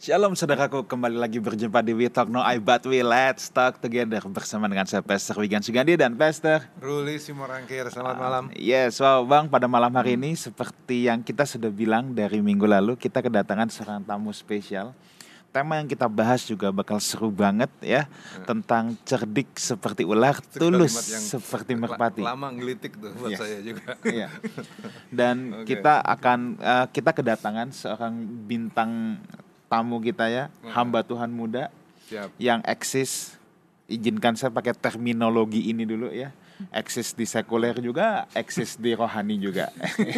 Shalom saudaraku, kembali lagi berjumpa di We Talk No I But We Let's Talk Together bersama dengan saya Pastor Wigan Sugandi dan Pastor Ruli Simorangkir, selamat malam. Yes, wow Bang, pada malam hari ini seperti yang kita sudah bilang dari minggu lalu, kita kedatangan seorang tamu spesial. Tema yang kita bahas juga bakal seru banget ya, tentang cerdik seperti ular, tulus seperti merpati. Lama ngelitik tuh buat saya juga. Iya. Dan kita kedatangan seorang bintang tamu kita ya, hamba Tuhan muda. Siap. Yang eksis, izinkan saya pakai terminologi ini dulu ya, eksis di sekuler juga, eksis di rohani juga.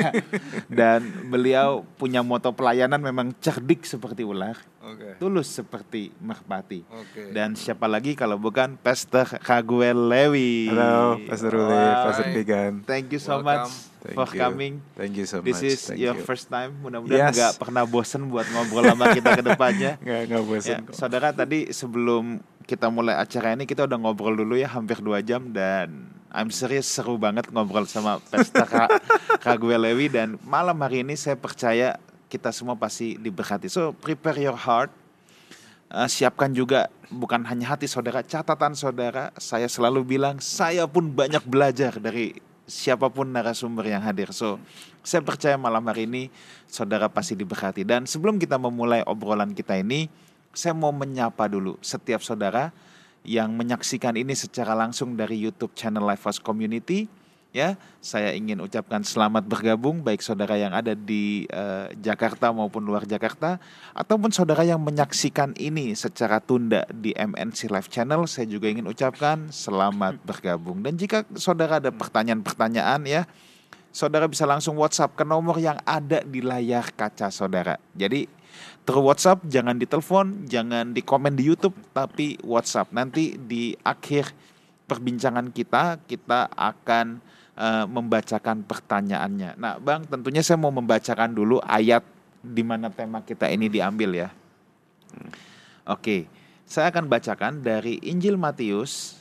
Dan beliau punya moto pelayanan memang cerdik seperti ular, tulus seperti merpati. Dan siapa lagi kalau bukan Pastor Raguel Lewi. Halo Pastor Ruli, Pastor Wigan. Thank you so much for coming. Thank you so much. This is your first time. Mudah-mudahan nggak pernah bosen buat ngobrol sama kita ke depannya. Nggak bosen. Ya, saudara, tadi sebelum kita mulai acara ini kita udah ngobrol dulu ya hampir 2 jam dan I'm serious, seru banget ngobrol sama Pastor Raguel Lewi. Dan malam hari ini saya percaya kita semua pasti diberkati. So prepare your heart. Siapkan juga bukan hanya hati saudara, catatan saudara. Saya selalu bilang saya pun banyak belajar dari siapapun narasumber yang hadir. So saya percaya malam hari ini saudara pasti diberkati. Dan sebelum kita memulai obrolan kita ini, saya mau menyapa dulu setiap saudara yang menyaksikan ini secara langsung dari YouTube channel Lifehouse Community. Ya, saya ingin ucapkan selamat bergabung baik saudara yang ada di Jakarta maupun luar Jakarta, ataupun saudara yang menyaksikan ini secara tunda di MNC Live Channel. Saya juga ingin ucapkan selamat bergabung. Dan jika saudara ada pertanyaan-pertanyaan ya, saudara bisa langsung WhatsApp ke nomor yang ada di layar kaca saudara. Jadi terus WhatsApp, jangan ditelepon, jangan di komen di YouTube, tapi WhatsApp. Nanti di akhir perbincangan kita akan membacakan pertanyaannya. Nah Bang, tentunya saya mau membacakan dulu ayat di mana tema kita ini diambil ya. Oke, saya akan bacakan dari Injil Matius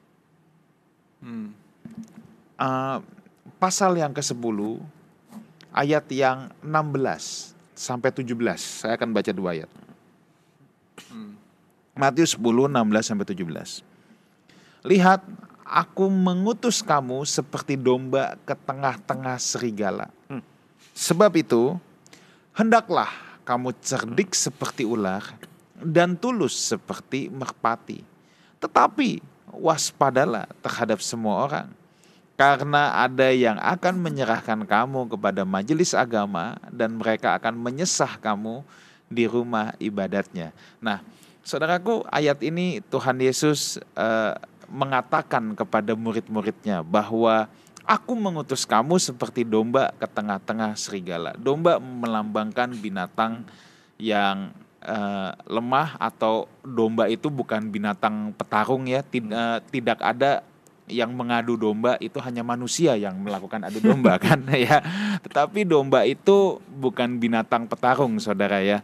pasal yang ke-10 ayat yang 16 sampai 17. Saya akan baca 2 ayat. Matius 10, 16 sampai 17. Lihat, aku mengutus kamu seperti domba ke tengah-tengah serigala. Sebab itu, hendaklah kamu cerdik seperti ular dan tulus seperti merpati. Tetapi waspadalah terhadap semua orang, karena ada yang akan menyerahkan kamu kepada majelis agama dan mereka akan menyesah kamu di rumah ibadatnya. Nah, saudaraku, ayat ini Tuhan Yesus mengatakan kepada murid-muridnya bahwa aku mengutus kamu seperti domba ke tengah-tengah serigala. Domba melambangkan binatang yang lemah, atau domba itu bukan binatang petarung ya. Tidak ada yang mengadu domba, itu hanya manusia yang melakukan adu domba kan ya. Tetapi domba itu bukan binatang petarung saudara ya.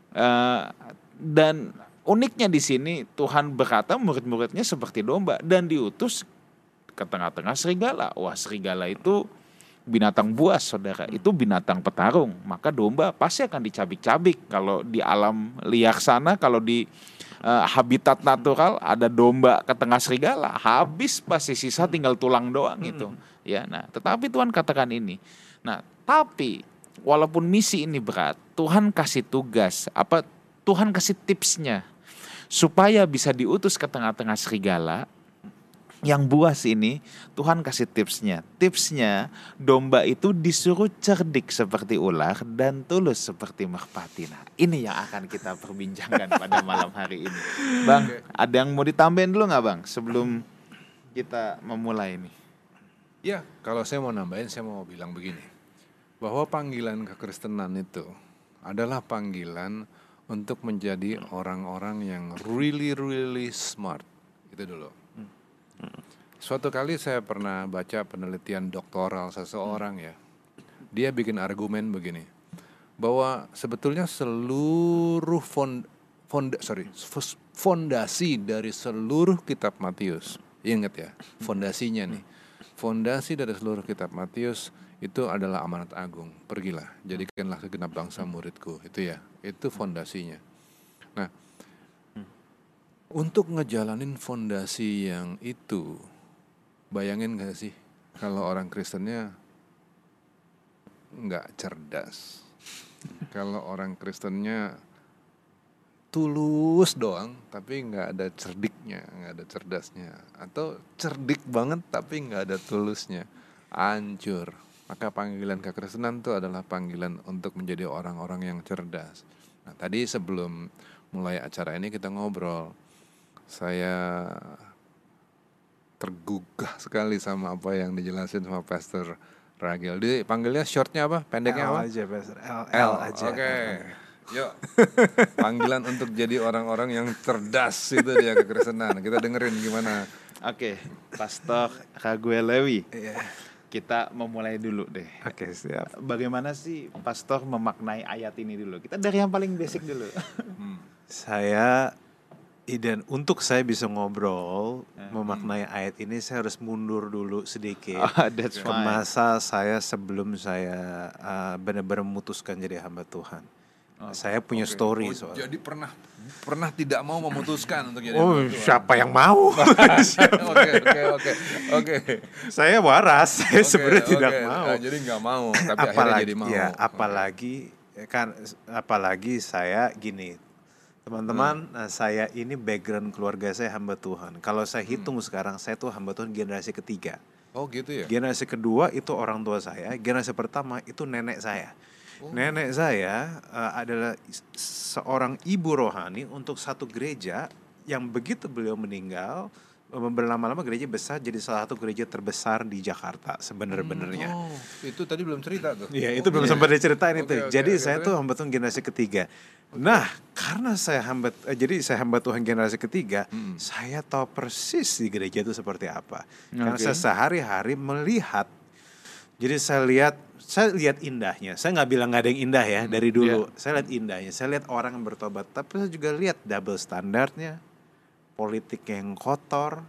Dan uniknya di sini Tuhan berkata murid-muridnya seperti domba dan diutus ke tengah-tengah serigala. Wah, serigala itu binatang buas saudara, itu binatang petarung. Maka domba pasti akan dicabik-cabik. Kalau di alam liar sana, kalau di habitat natural ada domba ke tengah serigala, habis pasti sisa tinggal tulang doang itu. Ya, nah, tetapi Tuhan katakan ini. Nah, tapi walaupun misi ini berat, Tuhan kasih tugas, Tuhan kasih tipsnya supaya bisa diutus ke tengah-tengah serigala yang buas ini. Tuhan kasih tipsnya. Tipsnya, domba itu disuruh cerdik seperti ular dan tulus seperti merpati. Nah, ini yang akan kita perbincangkan pada malam hari ini. Bang, ada yang mau ditambahin dulu gak Bang sebelum kita memulai ini? Ya, kalau saya mau nambahin, saya mau bilang begini, bahwa panggilan kekristenan itu adalah panggilan untuk menjadi orang-orang yang really smart. Itu dulu. Suatu kali saya pernah baca penelitian doktoral seseorang ya. Dia bikin argumen begini, bahwa sebetulnya seluruh fondasi dari seluruh kitab Matius, ingat ya, fondasinya nih. Fondasi dari seluruh kitab Matius itu adalah amanat agung. Pergilah, jadikanlah segenap bangsa muridku. Itu ya, itu fondasinya. Nah, untuk ngejalanin fondasi yang itu, bayangin gak sih kalau orang Kristennya nggak cerdas, kalau orang Kristennya tulus doang tapi nggak ada cerdiknya, nggak ada cerdasnya, atau cerdik banget tapi nggak ada tulusnya, hancur. Maka panggilan kekristenan itu adalah panggilan untuk menjadi orang-orang yang cerdas. Nah, tadi sebelum mulai acara ini kita ngobrol, saya tergugah sekali sama apa yang dijelasin sama Pastor Ragil. Dia panggilnya shortnya apa? Pendeknya L apa? aja, Pastor. L aja. Oke. Yuk. Panggilan untuk jadi orang-orang yang cerdas itu dia kekristenan. Kita dengerin gimana. Oke, Pastor Raguel Lewi. Iya. Kita memulai dulu deh. Oke, siap. Bagaimana sih Pastor memaknai ayat ini dulu? Kita dari yang paling basic dulu. Dan untuk saya bisa ngobrol memaknai ayat ini, saya harus mundur dulu sedikit That's ke fine. masa saya sebelum saya benar-benar memutuskan jadi hamba Tuhan. Saya punya story soal. Jadi pernah tidak mau memutuskan untuk jadi Oh, hamba Tuhan? siapa yang mau? Oke. Saya waras, saya sebenarnya tidak mau. Nah, jadi nggak mau, tapi akhirnya jadi mau. Ya, apalagi saya gini, teman-teman, saya ini background keluarga saya hamba Tuhan. Kalau saya hitung sekarang, saya tuh hamba Tuhan generasi ketiga. Oh gitu ya. Generasi kedua itu orang tua saya, generasi pertama itu nenek saya. Nenek saya adalah seorang ibu rohani untuk satu gereja yang begitu beliau meninggal, berlama-lama gereja besar jadi salah satu gereja terbesar di Jakarta sebenarnya. Oh, itu tadi belum cerita tuh. Iya, itu belum sempat diceritain itu. Oke, Jadi oke, saya tuh hamba Tuhan generasi ketiga. Nah, karena saya hamba Tuhan generasi ketiga, saya tahu persis di gereja itu seperti apa. Karena saya sehari-hari melihat. Jadi saya lihat indahnya. Saya nggak bilang nggak ada yang indah ya dari dulu. Saya lihat indahnya. Saya lihat orang yang bertobat. Tapi saya juga lihat double standarnya, politik yang kotor,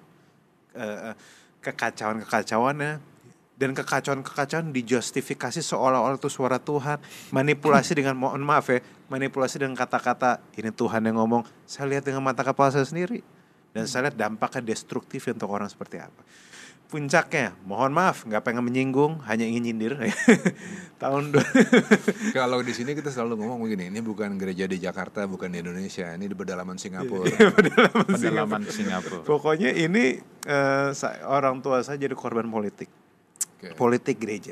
kekacauannya, dan kekacauan dijustifikasi seolah-olah itu suara Tuhan. Manipulasi dengan, mohon maaf ya, manipulasi dengan kata-kata ini Tuhan yang ngomong. Saya lihat dengan mata kepala saya sendiri. Dan saya lihat dampaknya destruktif untuk orang seperti apa. Puncaknya, mohon maaf, nggak pengen menyinggung, hanya ingin nyindir. Tahun Kalau di sini kita selalu ngomong begini, ini bukan gereja di Jakarta, bukan di Indonesia, ini di pedalaman Singapura. Pedalaman Singapura. Pokoknya ini orang tua saya jadi korban politik, politik gereja.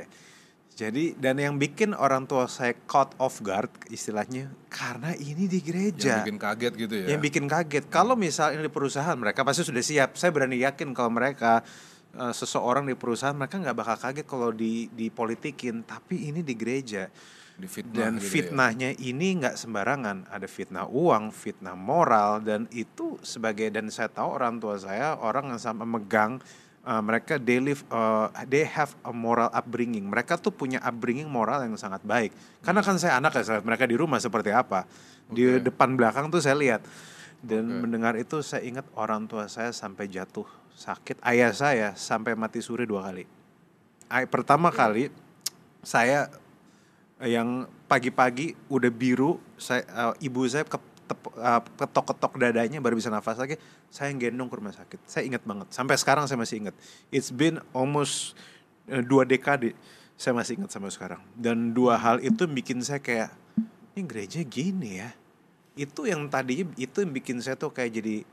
Jadi dan yang bikin orang tua saya caught off guard istilahnya karena ini di gereja. Yang bikin kaget gitu ya. Yang bikin kaget. Kalau misalnya di perusahaan mereka pasti sudah siap. Saya berani yakin kalau mereka seseorang di perusahaan mereka nggak bakal kaget kalau dipolitikin. Tapi ini di gereja. Dan gitu fitnahnya ini nggak sembarangan. Ada fitnah uang, fitnah moral, dan itu sebagai, dan saya tahu orang tua saya orang yang sama megang. Mereka they have a moral upbringing. Mereka tuh punya upbringing moral yang sangat baik. Karena kan saya anak ya, saya lihat mereka di rumah seperti apa. Di depan belakang tuh saya lihat. Dan mendengar itu saya ingat orang tua saya sampai jatuh sakit. Ayah saya sampai mati suri 2 kali. Pertama kali saya yang pagi-pagi udah biru, ibu saya ketok-ketok dadanya baru bisa nafas lagi, saya gendong ke rumah sakit. Saya ingat banget, sampai sekarang saya masih ingat. It's been almost 2 dekade, saya masih ingat sampai sekarang. Dan 2 hal itu bikin saya kayak, ini gereja gini ya. Itu yang tadinya, itu yang bikin saya tuh kayak jadi,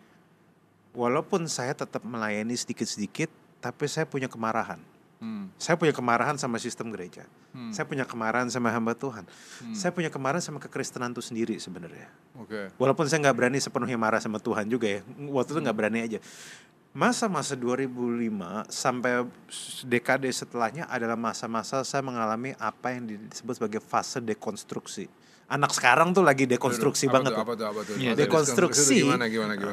walaupun saya tetap melayani sedikit-sedikit, tapi saya punya kemarahan. Saya punya kemarahan sama sistem gereja. Saya punya kemarahan sama hamba Tuhan. Saya punya kemarahan sama kekristenan itu sendiri sebenarnya. Walaupun saya nggak berani sepenuhnya marah sama Tuhan juga ya. Waktu itu nggak berani aja. Masa-masa 2005 sampai dekade setelahnya adalah masa-masa saya mengalami apa yang disebut sebagai fase dekonstruksi. Anak sekarang tuh lagi dekonstruksi banget. Apa tuh? Ya, dekonstruksi Gimana?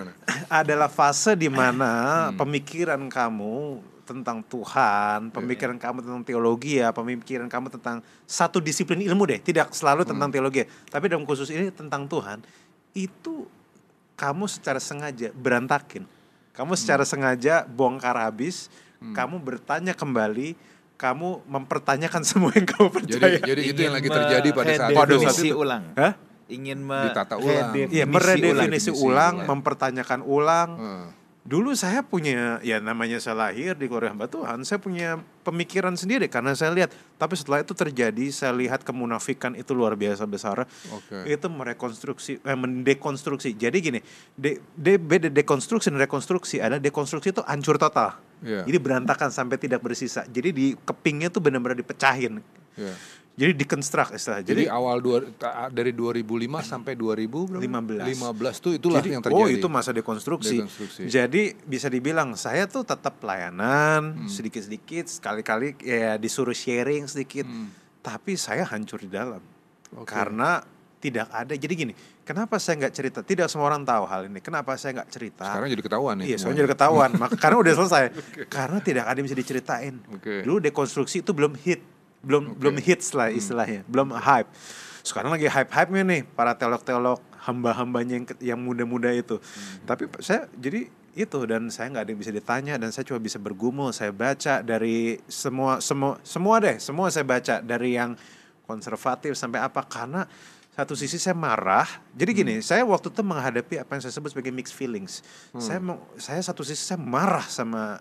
Adalah fase di mana pemikiran kamu tentang Tuhan, pemikiran kamu tentang teologi ya, pemikiran kamu tentang satu disiplin ilmu deh, tidak selalu tentang teologi, tapi dalam khusus ini tentang Tuhan, itu kamu secara sengaja berantakin, kamu secara sengaja bongkar habis, kamu bertanya kembali, kamu mempertanyakan semua yang kamu percaya. Jadi itu yang lagi terjadi pada saat definisi itu. ulang. Hah? ingin Ditata ulang. Iya, meredefinisi ulang, ya. mempertanyakan ulang. Dulu saya punya, ya namanya saya lahir di keluarga hamba Tuhan, saya punya pemikiran sendiri karena saya lihat. Tapi setelah itu terjadi, saya lihat kemunafikan itu luar biasa besar. Itu mendekonstruksi. Jadi gini, beda dekonstruksi dan rekonstruksi. Ada dekonstruksi itu hancur total. Jadi berantakan sampai tidak bersisa. Jadi di kepingnya tuh benar-benar dipecahin. Jadi dikonstruk istilah. Jadi awal dari 2005 sampai 2015 tuh itulah yang terjadi. Oh, itu masa dekonstruksi. Jadi bisa dibilang saya tuh tetap pelayanan sedikit-sedikit, sekali-kali ya disuruh sharing sedikit. Tapi saya hancur di dalam. Karena tidak ada. Jadi gini, kenapa saya nggak cerita? Tidak semua orang tahu hal ini. Kenapa saya nggak cerita? Sekarang jadi ketahuan nih. Iya, sekarang jadi ketahuan. Karena udah selesai. Karena tidak ada yang bisa diceritain. Dulu dekonstruksi itu belum hit. Belum hits lah istilahnya, belum hype. Sekarang lagi hype-hype-nya nih para teolog-teolog, hamba-hambanya yang muda-muda itu. Tapi saya jadi itu, dan saya nggak ada yang bisa ditanya, dan saya cuma bisa bergumul. Saya baca dari semua saya baca dari yang konservatif sampai apa, karena satu sisi saya marah. Jadi gini, saya waktu itu menghadapi apa yang saya sebut sebagai mixed feelings. Saya satu sisi saya marah sama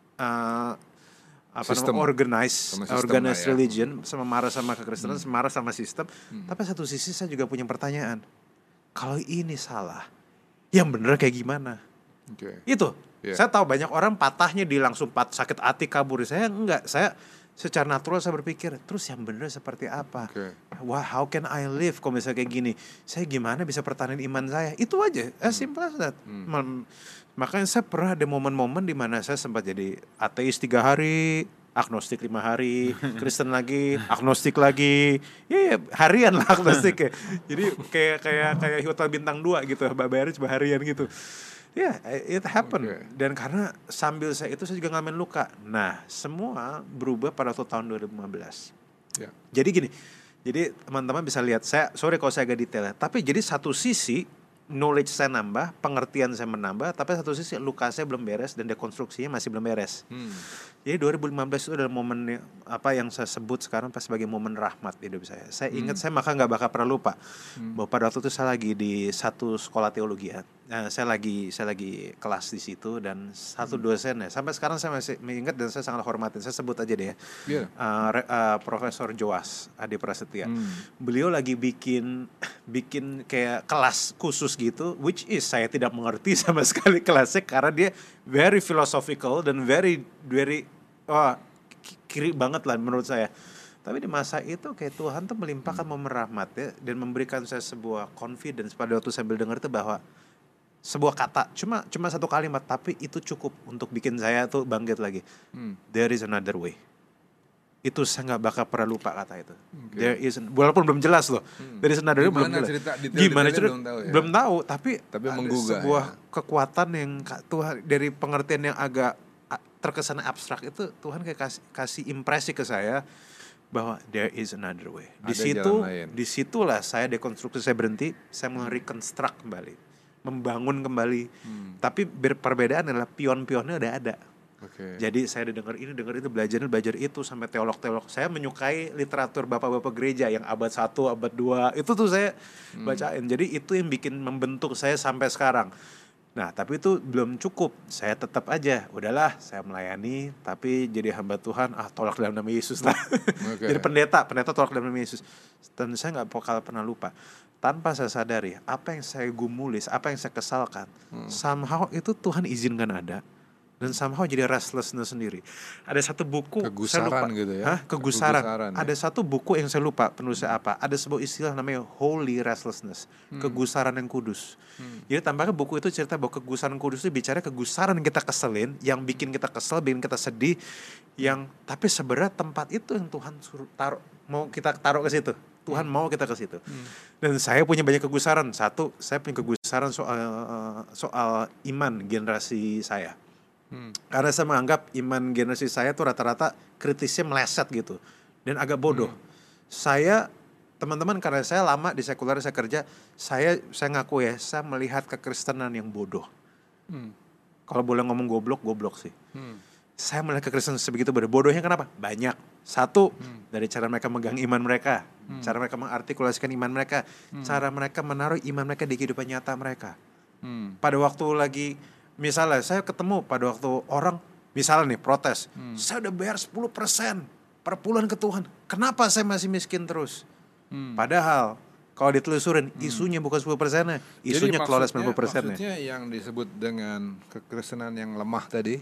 organized religion, sama marah sama kekristenan, marah sama sistem. Tapi satu sisi saya juga punya pertanyaan. Kalau ini salah, yang bener kayak gimana? Itu. Saya tahu banyak orang patahnya di langsung sakit hati kabur. Saya enggak. Saya secara natural saya berpikir, terus yang bener seperti apa? How can I live kalau misalnya kayak gini? Saya gimana bisa pertahanin iman saya? Itu aja. As simple as that. Makanya saya pernah ada momen-momen di mana saya sempat jadi ateis 3 hari, agnostik 5 hari, Kristen lagi, agnostik lagi, ya harian lah agnostik ya. Jadi kayak hotel bintang 2 gitu, bayarnya cuma harian gitu. Ya, it happened. Dan karena sambil saya juga ngalamin luka. Nah, semua berubah pada waktu tahun 2015. Jadi gini, jadi teman-teman bisa lihat, sorry kalau saya agak detail ya, tapi jadi satu sisi knowledge saya nambah, pengertian saya menambah, tapi satu sisi luka saya belum beres dan dekonstruksinya masih belum beres. Jadi 2015 itu adalah momen apa yang saya sebut sekarang sebagai momen rahmat di hidup saya. Saya ingat, saya maka nggak bakal pernah lupa bahwa pada waktu itu saya lagi di satu sekolah teologi ya. Saya lagi kelas di situ, dan satu dosen ya, sampai sekarang saya masih mengingat dan saya sangat hormatin. Saya sebut aja deh ya, Profesor Joas Adi Prasetya. Beliau lagi bikin kayak kelas khusus gitu, which is saya tidak mengerti sama sekali kelasnya karena dia very philosophical dan very kiri banget lah menurut saya. Tapi di masa itu kayak Tuhan tuh melimpahkan momen rahmat ya, dan memberikan saya sebuah confidence pada waktu sambil dengar itu bahwa sebuah kata, cuma satu kalimat, tapi itu cukup untuk bikin saya tuh bangkit lagi. There is another way. Itu saya nggak bakal pernah lupa kata itu. There is, walaupun belum jelas loh. There is another way belum jelas. Gimana cerita? Belum tahu, tapi menggugah, sebuah kekuatan yang Tuhan dari pengertian yang agak terkesan abstrak itu, Tuhan kayak kasih impresi ke saya bahwa there is another way. Disitulah saya dekonstruksi, saya berhenti, saya mereconstruct kembali, membangun kembali. Tapi perbedaan adalah pion-pionnya udah ada. Jadi saya dengar ini, dengar itu, belajar itu sampai teolog-teolog. Saya menyukai literatur bapak-bapak gereja yang abad 1, abad 2. Itu tuh saya bacain. Jadi itu yang bikin membentuk saya sampai sekarang. Nah, tapi itu belum cukup. Saya tetap aja, udahlah, saya melayani, tapi jadi hamba Tuhan, tolak dalam nama Yesus lah. Jadi pendeta tolak dalam nama Yesus. Dan saya nggak bakal pernah lupa. Tanpa saya sadari, apa yang saya gumulis, apa yang saya kesalkan, somehow itu Tuhan izinkan ada. Dan somehow jadi restlessness sendiri. Ada satu buku, kegusaran saya lupa. Gitu ya? Kegusaran. Ada satu buku yang saya lupa penulisnya apa. Ada sebuah istilah namanya holy restlessness, kegusaran yang kudus. Jadi tampaknya buku itu cerita bahwa kegusaran kudus itu bicara kegusaran yang kita keselin, yang bikin kita kesel, bikin kita sedih, tapi sebenarnya tempat itu yang Tuhan mau kita taruh ke situ. Tuhan mau kita ke situ. Dan saya punya banyak kegusaran. Satu, saya punya kegusaran soal iman generasi saya. Karena saya menganggap iman generasi saya tuh rata-rata kritisnya meleset gitu dan agak bodoh. Saya, teman-teman, karena saya lama di sekuler, saya kerja, saya ngaku ya, saya melihat kekristenan yang bodoh. Kalau boleh ngomong goblok sih. Saya melihat kekristenan sebegitu bodoh. Bodohnya kenapa? Banyak. Satu, dari cara mereka megang iman mereka, cara mereka mengartikulasikan iman mereka, cara mereka menaruh iman mereka di kehidupan nyata mereka. Pada waktu lagi, misalnya saya ketemu pada waktu orang, misalnya nih protes, saya udah bayar 10% per bulan ke Tuhan, kenapa saya masih miskin terus? Padahal kalau ditelusurin, isunya bukan 10%-nya, isunya kelola 90%-nya. Maksudnya yang disebut dengan kekristenan yang lemah tadi,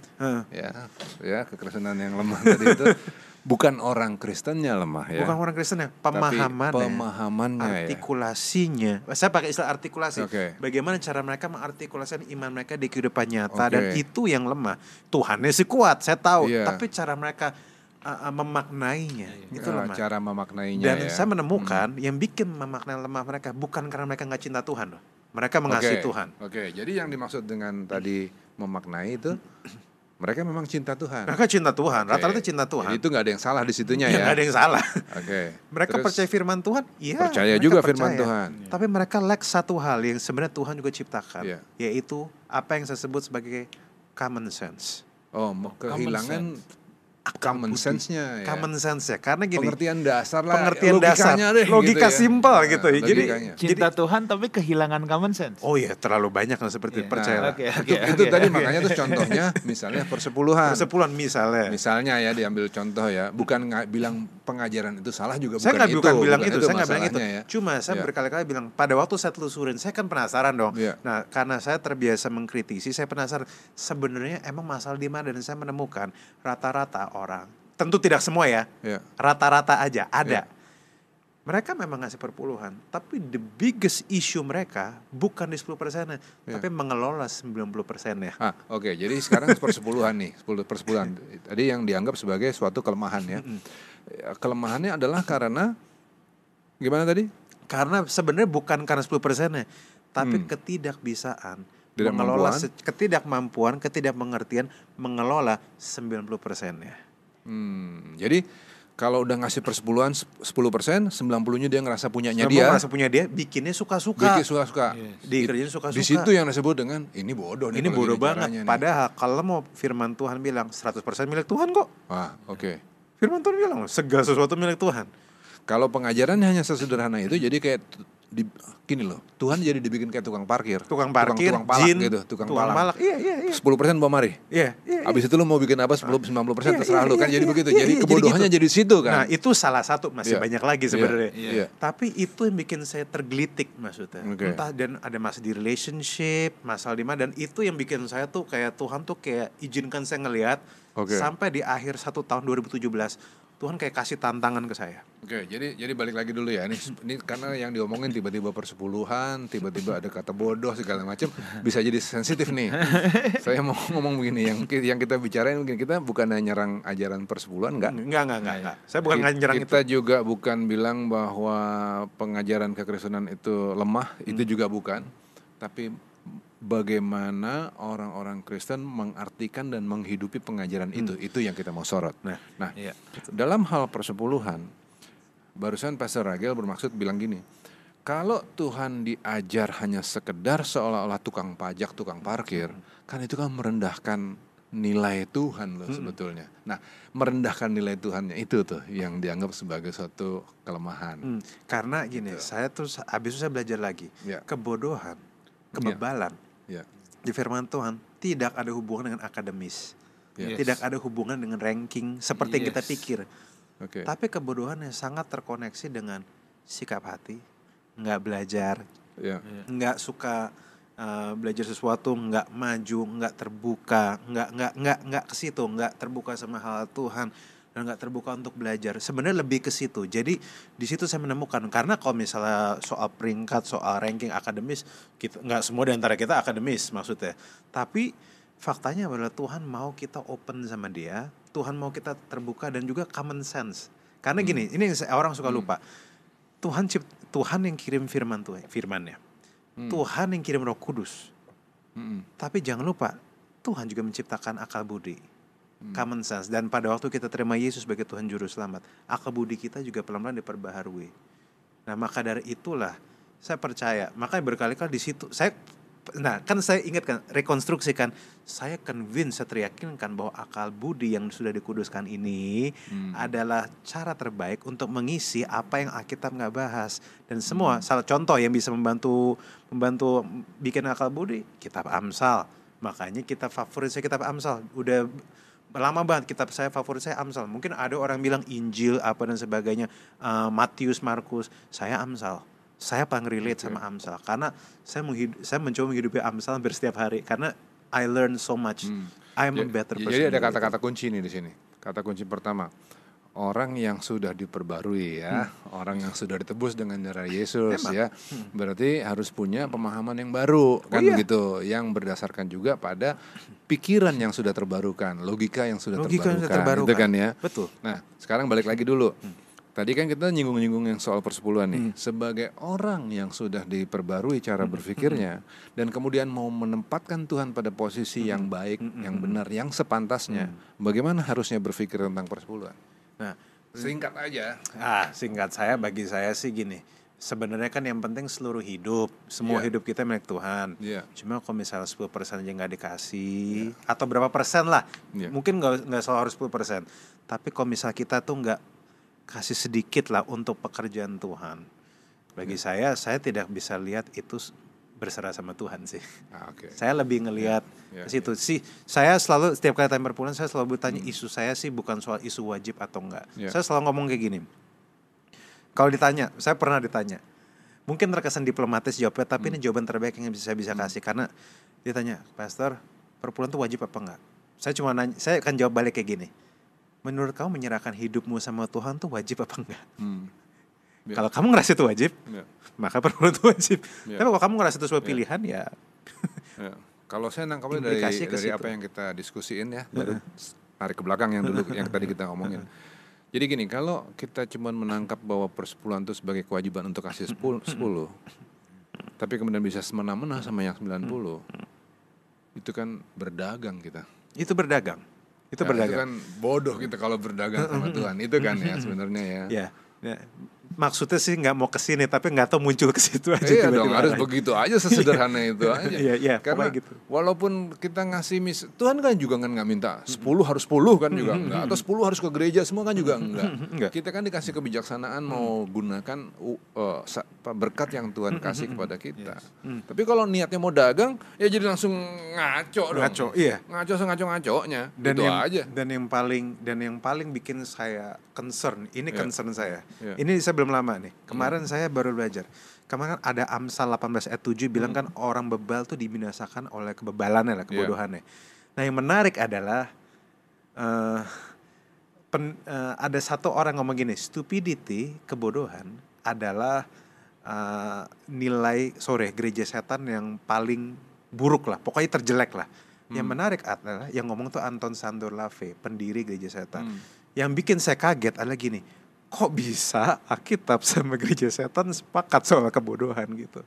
ya kekristenan yang lemah tadi itu bukan orang Kristennya lemah ya. Bukan orang Kristennya, Tapi pemahamannya, pemahamannya artikulasinya. Saya pakai istilah artikulasi. Oke. Bagaimana cara mereka mengartikulasikan iman mereka di kehidupan nyata, Oke. dan itu yang lemah. Tuhannya sih kuat, saya tahu, Iya. tapi cara mereka memaknainya itu ya. lemah. Cara memaknainya Dan ya. saya menemukan yang bikin memaknai lemah mereka bukan karena mereka nggak cinta Tuhan loh. Mereka mengasihi Tuhan. Oke, jadi yang dimaksud dengan tadi memaknai itu mereka memang cinta Tuhan. Mereka cinta Tuhan, Oke. rata-rata cinta Tuhan. Jadi itu nggak ada yang salah di situnya Ya, ya. nggak ada yang salah. Oke. Mereka Terus percaya firman Tuhan, iya. percaya mereka juga percaya. firman Tuhan. Tapi mereka lack satu hal yang sebenarnya Tuhan juga ciptakan, Iya. yaitu apa yang saya sebut sebagai common sense. Oh, kehilangan common sense-nya ya. Common sense ya, karena gini. Pengertian dasar lah. Pengertian dasar, logikanya deh, logika gitu ya. simpel gitu ya. Jadi logikanya. Cinta Tuhan tapi kehilangan common sense. oh ya terlalu banyak lah seperti itu, Iya. percayalah. Oke, itu tadi makanya tuh contohnya misalnya persepuluhan. Persepuluhan misalnya. Misalnya ya diambil contoh ya, bukan bilang pengajaran itu salah juga, Saya nggak bukan bilang itu, saya nggak bilang itu. masalahnya ya. Cuma saya Iya. berkali-kali bilang pada waktu saya telusurin, saya kan penasaran dong. Iya. Nah, karena saya terbiasa mengkritisi, saya penasaran sebenarnya emang masalah di mana, dan saya menemukan rata-rata orang, tentu tidak semua ya, Iya. rata-rata aja ada. Iya. Mereka memang ngasih perpuluhan, tapi the biggest issue mereka bukan di 10%-nya, Iya. tapi mengelola 90%-nya. Oke, jadi sekarang persepuluhan nih, persepuluhan. Tadi yang dianggap sebagai suatu kelemahan ya. Ya, kelemahannya adalah karena gimana tadi? Karena sebenarnya bukan karena 10%-nya, tapi ketidakbisaan, ketidakmampuan, ketidakmengertian mengelola 90%-nya. Jadi kalau udah ngasih persepuluhan 10%, 90-nya dia ngerasa punyanya dia. Merasa punya dia, bikinnya suka-suka. Bikin suka-suka. Dikerjain suka-suka. Di situ yang disebut dengan ini bodoh nih. Ini kalau bodoh gini banget. caranya nih. Padahal kalau mau firman Tuhan bilang 100% milik Tuhan kok. Oke. Firman Tuhan bilang segala sesuatu milik Tuhan. Kalau pengajarannya hanya sesederhana itu, jadi kayak gini loh, Tuhan jadi dibikin kayak tukang parkir, Tukang parkir, tukang palak jin, gitu, tukang palak. palak. Iya. 10% bawa mari. Iya. Abis itu lu mau bikin apa 90% terserah lu kan, jadi begitu. Iya, Jadi kebodohannya jadi situ Nah, kan. itu salah satu, masih Iya. banyak lagi sebenarnya. Iya. Tapi itu yang bikin saya tergelitik maksudnya. Oke. Entah, dan ada masalah di relationship, masalah di mana, dan itu yang bikin saya tuh kayak Tuhan tuh kayak izinkan saya ngelihat Oke. sampai di akhir 1 tahun 2017 Tuhan kayak kasih tantangan ke saya. Oke, jadi balik lagi dulu ya. Ini karena yang diomongin tiba-tiba persepuluhan, tiba-tiba ada kata bodoh segala macam, bisa jadi sensitif nih. Saya mau ngomong begini, yang kita bicarain mungkin kita bukan nyerang ajaran persepuluhan, enggak. Enggak. Saya bukan nyerang itu. Kita juga bukan bilang bahwa pengajaran kekristenan itu lemah, itu juga bukan. Tapi bagaimana orang-orang Kristen mengartikan dan menghidupi pengajaran itu yang kita mau sorot. Nah, Iya. dalam hal persepuluhan, barusan Pastor Ragel bermaksud bilang gini, kalau Tuhan diajar hanya sekedar seolah-olah tukang pajak, tukang parkir, kan itu kan merendahkan nilai Tuhan loh sebetulnya. Nah, merendahkan nilai Tuhannya itu tuh yang dianggap sebagai suatu kelemahan. Karena gini, saya tuh habis itu saya belajar lagi. Ya. Kebodohan, kebebalan Ya. di firman Tuhan tidak ada hubungan dengan akademis. Yes. Tidak ada hubungan dengan ranking seperti yang kita Yes. pikir. Oke. Tapi kebodohan yang sangat terkoneksi dengan sikap hati, nggak belajar, Ya. nggak suka belajar sesuatu, nggak maju, nggak terbuka, nggak ke situ, nggak terbuka sama hal Tuhan, dan nggak terbuka untuk belajar. Sebenarnya lebih ke situ. Jadi di situ saya menemukan, karena kalau misalnya soal peringkat, soal ranking akademis, kita nggak semua di antara kita akademis maksudnya. Tapi faktanya adalah Tuhan mau kita open sama Dia, Tuhan mau kita terbuka, dan juga common sense. Karena gini, ini orang suka lupa. Tuhan yang kirim firman-Nya. Tuhan yang kirim Roh Kudus. Tapi jangan lupa, Tuhan juga menciptakan akal budi, common sense. Dan pada waktu kita terima Yesus sebagai Tuhan Juru Selamat, akal budi kita juga pelan-pelan diperbaharui. Nah, maka dari itulah saya percaya, makanya berkali-kali di situ saya Nah, kan saya ingatkan, rekonstruksikan, saya convince, saya teryakinkan bahwa akal budi yang sudah dikuduskan ini adalah cara terbaik untuk mengisi apa yang Alkitab nggak bahas. Dan semua, salah contoh yang bisa membantu bikin akal budi, kitab Amsal. Makanya favorit saya kitab Amsal. Udah lama banget kitab saya favorit saya Amsal. Mungkin ada orang bilang Injil apa dan sebagainya, Matius, Markus, saya Amsal. Saya paling relate sama Amsal karena saya mencoba menghidupi Amsal hampir setiap hari karena I learn so much. I'm a better person. Jadi ada kata-kata kunci nih di sini. Kata kunci pertama, orang yang sudah diperbarui ya, orang yang sudah ditebus dengan darah Yesus ya, berarti harus punya pemahaman yang baru kan gitu, yang berdasarkan juga pada pikiran yang sudah terbarukan, logika yang sudah terbarukan, gitu kan ya. Betul. Nah, sekarang balik lagi dulu. Tadi kan kita nyinggung-nyinggung yang soal persepuluhan nih. Sebagai orang yang sudah diperbarui cara berpikirnya dan kemudian mau menempatkan Tuhan pada posisi yang baik, yang benar, yang sepantasnya, bagaimana harusnya berpikir tentang persepuluhan? Nah, singkat aja. Singkat bagi saya sih gini. Sebenarnya kan yang penting seluruh hidup, semua hidup kita milik Tuhan. Cuma kalau misalnya 10% aja nggak dikasih, atau berapa persen lah, mungkin nggak selalu harus 10%. Tapi kalau misalnya kita tuh nggak kasih sedikit lah untuk pekerjaan Tuhan, bagi saya tidak bisa lihat itu berserah sama Tuhan sih. Saya lebih ngelihat ke situ sih. Saya selalu setiap kali time perpuluhan saya selalu bertanya, isu saya sih bukan soal isu wajib atau enggak. Saya selalu ngomong kayak gini. Kalau ditanya, saya pernah ditanya, mungkin terkesan diplomatis jawabnya, tapi ini jawaban terbaik yang saya bisa kasih. Karena ditanya, Pastor, perpuluhan itu wajib apa enggak? Saya akan jawab balik kayak gini. Menurut kamu menyerahkan hidupmu sama Tuhan tuh wajib apa enggak? Kalau kamu ngerasa itu wajib, maka perpuluhan itu wajib. Tapi kalau kamu ngerasa itu sebuah pilihan, ya. Kalau saya nangkapnya dari apa yang kita diskusiin ya, baru tarik ke belakang yang dulu yang tadi kita ngomongin. Jadi gini, kalau kita cuma menangkap bahwa persepuluhan itu sebagai kewajiban untuk kasih 10, tapi kemudian bisa semena-mena sama yang 90, itu kan berdagang kita. Itu berdagang. Itu kan bodoh kita kalau berdagang sama Tuhan. Itu kan ya sebenarnya ya. Maksudnya sih nggak mau kesini, tapi nggak tahu muncul ke situ aja. Iya dong, harus begitu aja, sesederhana itu aja. Karena gitu. Walaupun kita ngasih Tuhan kan juga kan nggak minta 10 harus 10 kan juga enggak, atau 10 harus ke gereja semua kan juga enggak. Kita kan dikasih kebijaksanaan mau gunakan berkat yang Tuhan kasih kepada kita. Tapi kalau niatnya mau dagang, ya jadi langsung ngaco dong. Ngaco-ngaco-ngaconya. Itu aja. Dan yang paling bikin saya concern, concern saya. Ini saya belum lama nih. Kemarin saya baru belajar. Kemarin ada Amsal 18 ayat 7 bilang kan orang bebal tuh dibinasakan oleh kebebalannya lah, kebodohannya. Nah, yang menarik adalah ada satu orang ngomong gini, stupidity, kebodohan adalah gereja setan yang paling buruk lah, pokoknya terjelek lah. Yang menarik adalah yang ngomong tuh Anton Szandor Lavey, pendiri gereja setan. Yang bikin saya kaget adalah gini, kok bisa Alkitab sama gereja setan sepakat soal kebodohan gitu.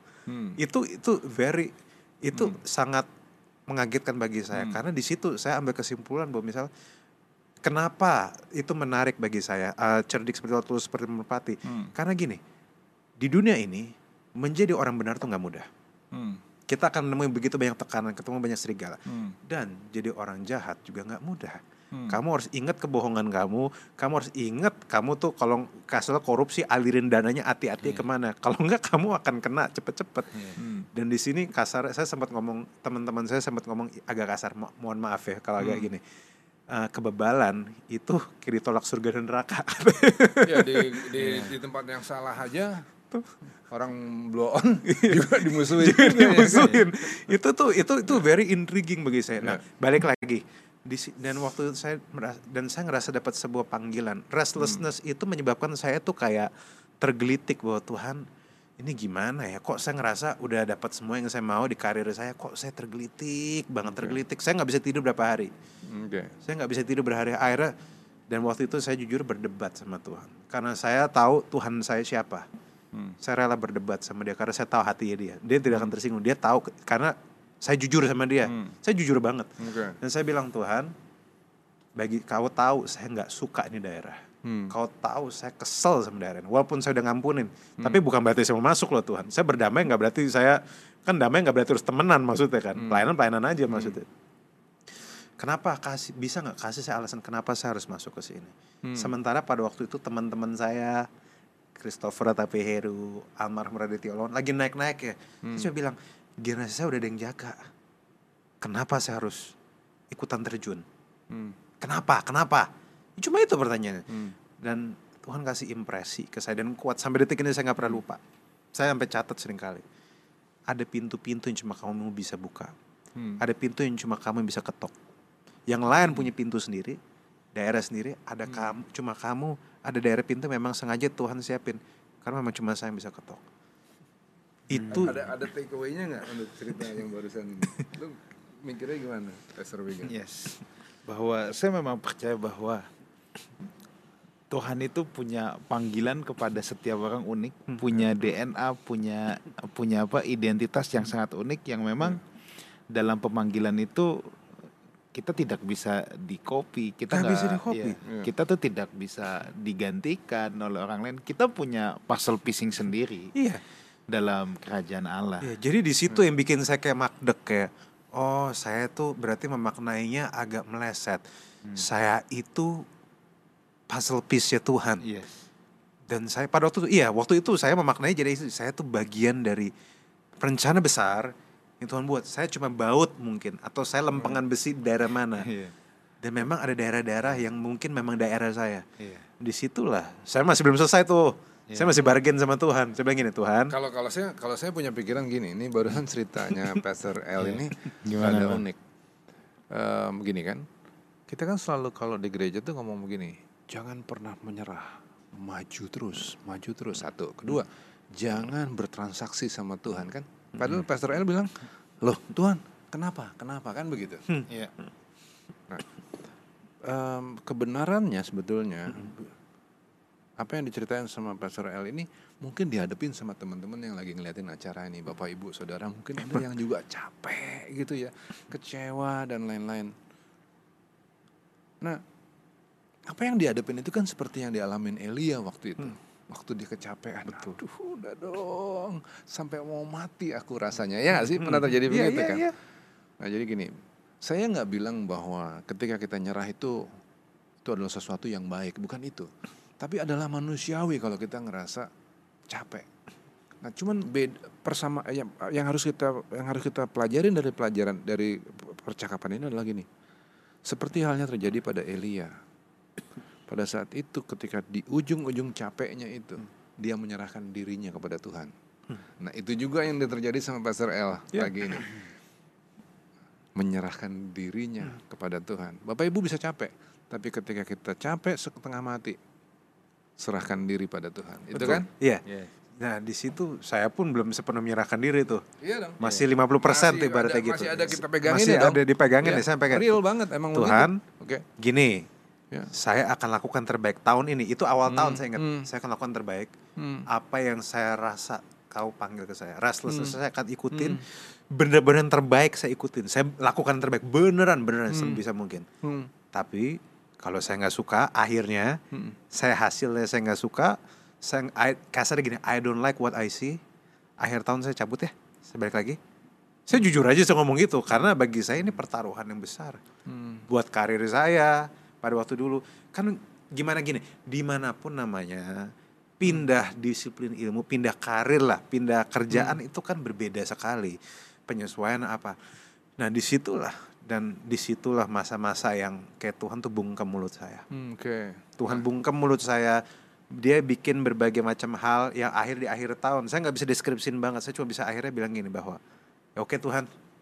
Itu sangat mengagetkan bagi saya karena di situ saya ambil kesimpulan bahwa misal kenapa itu menarik bagi saya, cerdik seperti Tulus seperti merpati. Karena gini, di dunia ini menjadi orang benar tuh nggak mudah. Kita akan menemui begitu banyak tekanan, ketemu banyak serigala. Dan jadi orang jahat juga nggak mudah. Kamu harus ingat kebohongan kamu harus ingat kamu tuh kalau kasusnya korupsi alirin dananya hati-hati kemana. Kalau enggak kamu akan kena cepet-cepet. Dan di sini kasar, saya sempat ngomong, teman-teman saya sempat ngomong agak kasar, mohon maaf ya kalau agak gini. Kebebalan itu ditolak surga dan neraka. Ya di tempat yang salah aja orang blow on juga dimusuhin. Itu very intriguing bagi saya. Nah, balik lagi. Dan waktu saya ngerasa dapat sebuah panggilan. Restlessness itu menyebabkan saya tuh kayak tergelitik bahwa Tuhan, ini gimana ya? Kok saya ngerasa udah dapat semua yang saya mau di karir saya, kok saya tergelitik. Saya nggak bisa tidur berapa hari. Saya nggak bisa tidur berhari. Akhirnya, dan waktu itu saya jujur berdebat sama Tuhan. Karena saya tahu Tuhan saya siapa. Saya rela berdebat sama dia karena saya tahu hatinya dia. Dia tidak akan tersinggung. Dia tahu karena saya jujur sama dia. Saya jujur banget. Dan saya bilang, Tuhan, bagi kau tahu saya nggak suka ini daerah. Kau tahu saya kesel sama Darren, walaupun saya udah ngampunin. Tapi bukan berarti saya mau masuk loh Tuhan. Saya berdamai nggak berarti saya, kan damai nggak berarti terus temenan maksudnya kan. Pelayanan aja maksudnya. Kenapa bisa nggak kasih saya alasan kenapa saya harus masuk ke sini? Sementara pada waktu itu teman-teman saya, Christopher Tapeheru, almarhum Raditya Olon, lagi naik-naik ya. Saya bilang, generasi saya udah ada yang jaga. Kenapa saya harus ikutan terjun? Kenapa? Cuma itu pertanyaannya. Dan Tuhan kasih impresi ke saya dan kuat. Sampai detik ini saya gak pernah lupa. Saya sampai catat sering kali. Ada pintu-pintu yang cuma kamu bisa buka. Ada pintu yang cuma kamu bisa ketok. Yang lain punya pintu sendiri, daerah sendiri. Ada kamu, cuma kamu, ada daerah pintu memang sengaja Tuhan siapin. Karena memang cuma saya yang bisa ketok. Itu ada take away-nya nggak untuk cerita yang barusan ini? Lu mikirnya gimana, Pastor Wigan? Yes. Bahwa saya memang percaya bahwa Tuhan itu punya panggilan kepada setiap orang unik, punya DNA, punya identitas yang sangat unik yang memang dalam pemanggilan itu kita tidak bisa di-copy, kita tuh tidak bisa digantikan oleh orang lain. Kita punya puzzle piecing sendiri. Iya. Dalam kerajaan Allah. Ya, jadi di situ yang bikin saya kayak makdek kayak, oh saya tuh berarti memaknainya agak meleset. Saya itu puzzle piece-nya Tuhan. Yes. Dan saya pada waktu itu saya memaknai jadi saya tuh bagian dari rencana besar yang Tuhan buat. Saya cuma baut mungkin, atau saya lempengan besi di daerah mana. Dan memang ada daerah-daerah yang mungkin memang daerah saya. Disitulah saya masih belum selesai tuh. Saya masih bargain sama Tuhan. Saya bilang gini, Tuhan. Kalau saya punya pikiran gini, ini barusan ceritanya Pastor L ini Gimana, ada Bang? unik. Begini kan, kita kan selalu kalau di gereja tuh ngomong begini, jangan pernah menyerah, maju terus. Satu, kedua, jangan bertransaksi sama Tuhan kan. Padahal Pastor L bilang, loh Tuhan, kenapa kan begitu. Iya. Nah, kebenarannya sebetulnya apa yang diceritain sama Pastor L ini mungkin dihadapin sama teman-teman yang lagi ngeliatin acara ini, Bapak Ibu Saudara, mungkin ada yang juga capek gitu ya, kecewa dan lain-lain. Nah, apa yang dihadapin itu kan seperti yang dialamin Elia waktu itu. Waktu dia kecapean, aduh udah dong, sampai mau mati aku rasanya. Ya gak sih, pernah terjadi begitu kan? Nah jadi gini, saya gak bilang bahwa ketika kita nyerah itu adalah sesuatu yang baik, bukan itu. Tapi adalah manusiawi kalau kita ngerasa capek. Nah cuman yang harus kita pelajarin dari percakapan ini adalah gini. Seperti halnya terjadi pada Elia. Pada saat itu ketika di ujung-ujung capeknya itu, dia menyerahkan dirinya kepada Tuhan. Nah itu juga yang terjadi sama Pastor L pagi ini. Menyerahkan dirinya kepada Tuhan. Bapak Ibu bisa capek, tapi ketika kita capek setengah mati, serahkan diri pada Tuhan. Itu kan? Iya. Nah di situ saya pun belum sepenuhnya menyerahkan diri tuh. Iya dong. Masih 50% tuh ibaratnya gitu. Masih ada kita pegangin masih ya ada dipegangin ya, saya pegang. Real banget emang Tuhan, gini. Ya. Saya akan lakukan terbaik tahun ini. Itu awal tahun saya ingat. Saya akan lakukan terbaik. Apa yang saya rasa kau panggil ke saya. Restless saya akan ikutin. Bener-bener terbaik saya ikutin. Saya lakukan terbaik. Beneran sebisa mungkin. Tapi kalau saya gak suka, akhirnya hasilnya saya gak suka. Kasar gini, I don't like what I see. Akhir tahun saya cabut ya. Saya balik lagi. Saya jujur aja saya ngomong gitu. Karena bagi saya ini pertaruhan yang besar. Buat karir saya. Pada waktu dulu kan gimana gini, dimanapun namanya pindah disiplin ilmu, pindah karir lah, pindah kerjaan itu kan berbeda sekali penyesuaian apa. Nah disitulah masa-masa yang kayak Tuhan tuh bungkam mulut saya. Tuhan bungkam mulut saya, dia bikin berbagai macam hal yang di akhir tahun saya nggak bisa deskripsiin banget, saya cuma bisa akhirnya bilang gini bahwa ya oke Tuhan.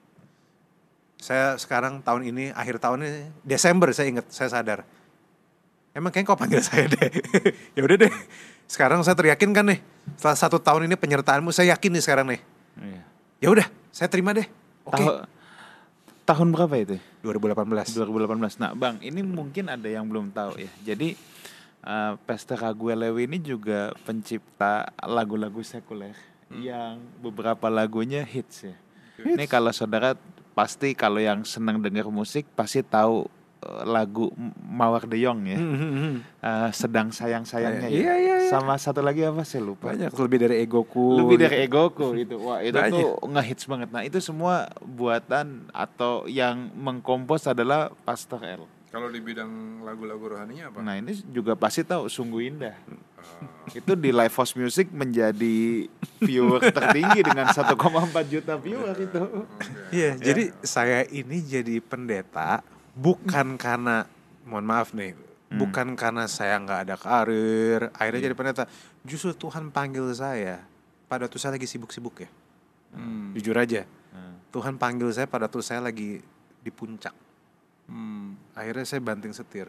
Saya sekarang tahun ini, akhir tahun ini, Desember saya ingat, saya sadar. Emang kayaknya kau panggil saya deh. Ya udah deh, sekarang saya teryakinkan nih. Setelah 1 tahun ini penyertaanmu, saya yakin nih sekarang nih. Ya udah, saya terima deh. Oke. Tahun berapa itu? 2018. Nah Bang, ini mungkin ada yang belum tahu ya. Jadi Pastor Raguel Lewi ini juga pencipta lagu-lagu sekuler. Yang beberapa lagunya hits ya. Ini kalau saudara pasti kalau yang senang dengar musik pasti tahu lagu Mawar de Jong ya. Sedang sayang-sayangnya ya. Iya. Sama satu lagi apa saya lupa. Banyak, lebih dari egoku. Lebih dari egoku itu. Wah, itu Banyak. tuh ngehits banget. Nah, itu semua buatan atau yang mengkompos adalah Pastor L. Kalau di bidang lagu-lagu rohaninya apa? Nah, ini juga pasti tahu Sungguh Indah. Itu di Live House Music menjadi viewer tertinggi dengan 1,4 juta viewer itu. Iya, jadi saya ini jadi pendeta bukan karena, mohon maaf nih, bukan karena saya nggak ada karir, akhirnya jadi pendeta. Justru Tuhan panggil saya pada waktu saya lagi sibuk-sibuk ya. Jujur aja, Tuhan panggil saya pada waktu saya lagi di puncak. Akhirnya saya banting setir.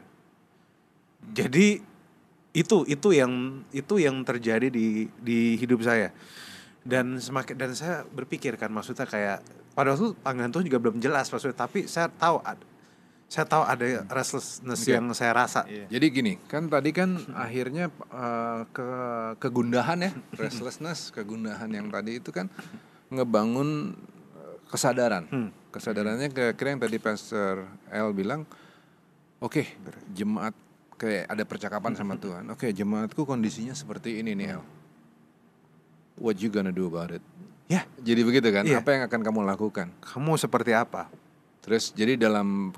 Jadi itu yang terjadi di hidup saya. Dan saya berpikir kan, maksudnya kayak pada waktu panggilan Tuhan juga belum jelas maksudnya, tapi saya tahu ada restlessness yang saya rasa. Jadi gini, kan tadi kan akhirnya kegundahan ya, restlessness, kegundahan yang tadi itu kan ngebangun kesadaran. Kesadarannya kira-kira yang tadi Pastor L bilang, oke, jemaat kayak ada percakapan sama Tuhan. Oke, jemaatku kondisinya seperti ini nih, L. What you gonna do about it? Ya, Jadi begitu kan? Iya. Apa yang akan kamu lakukan? kamu seperti apa? Terus jadi dalam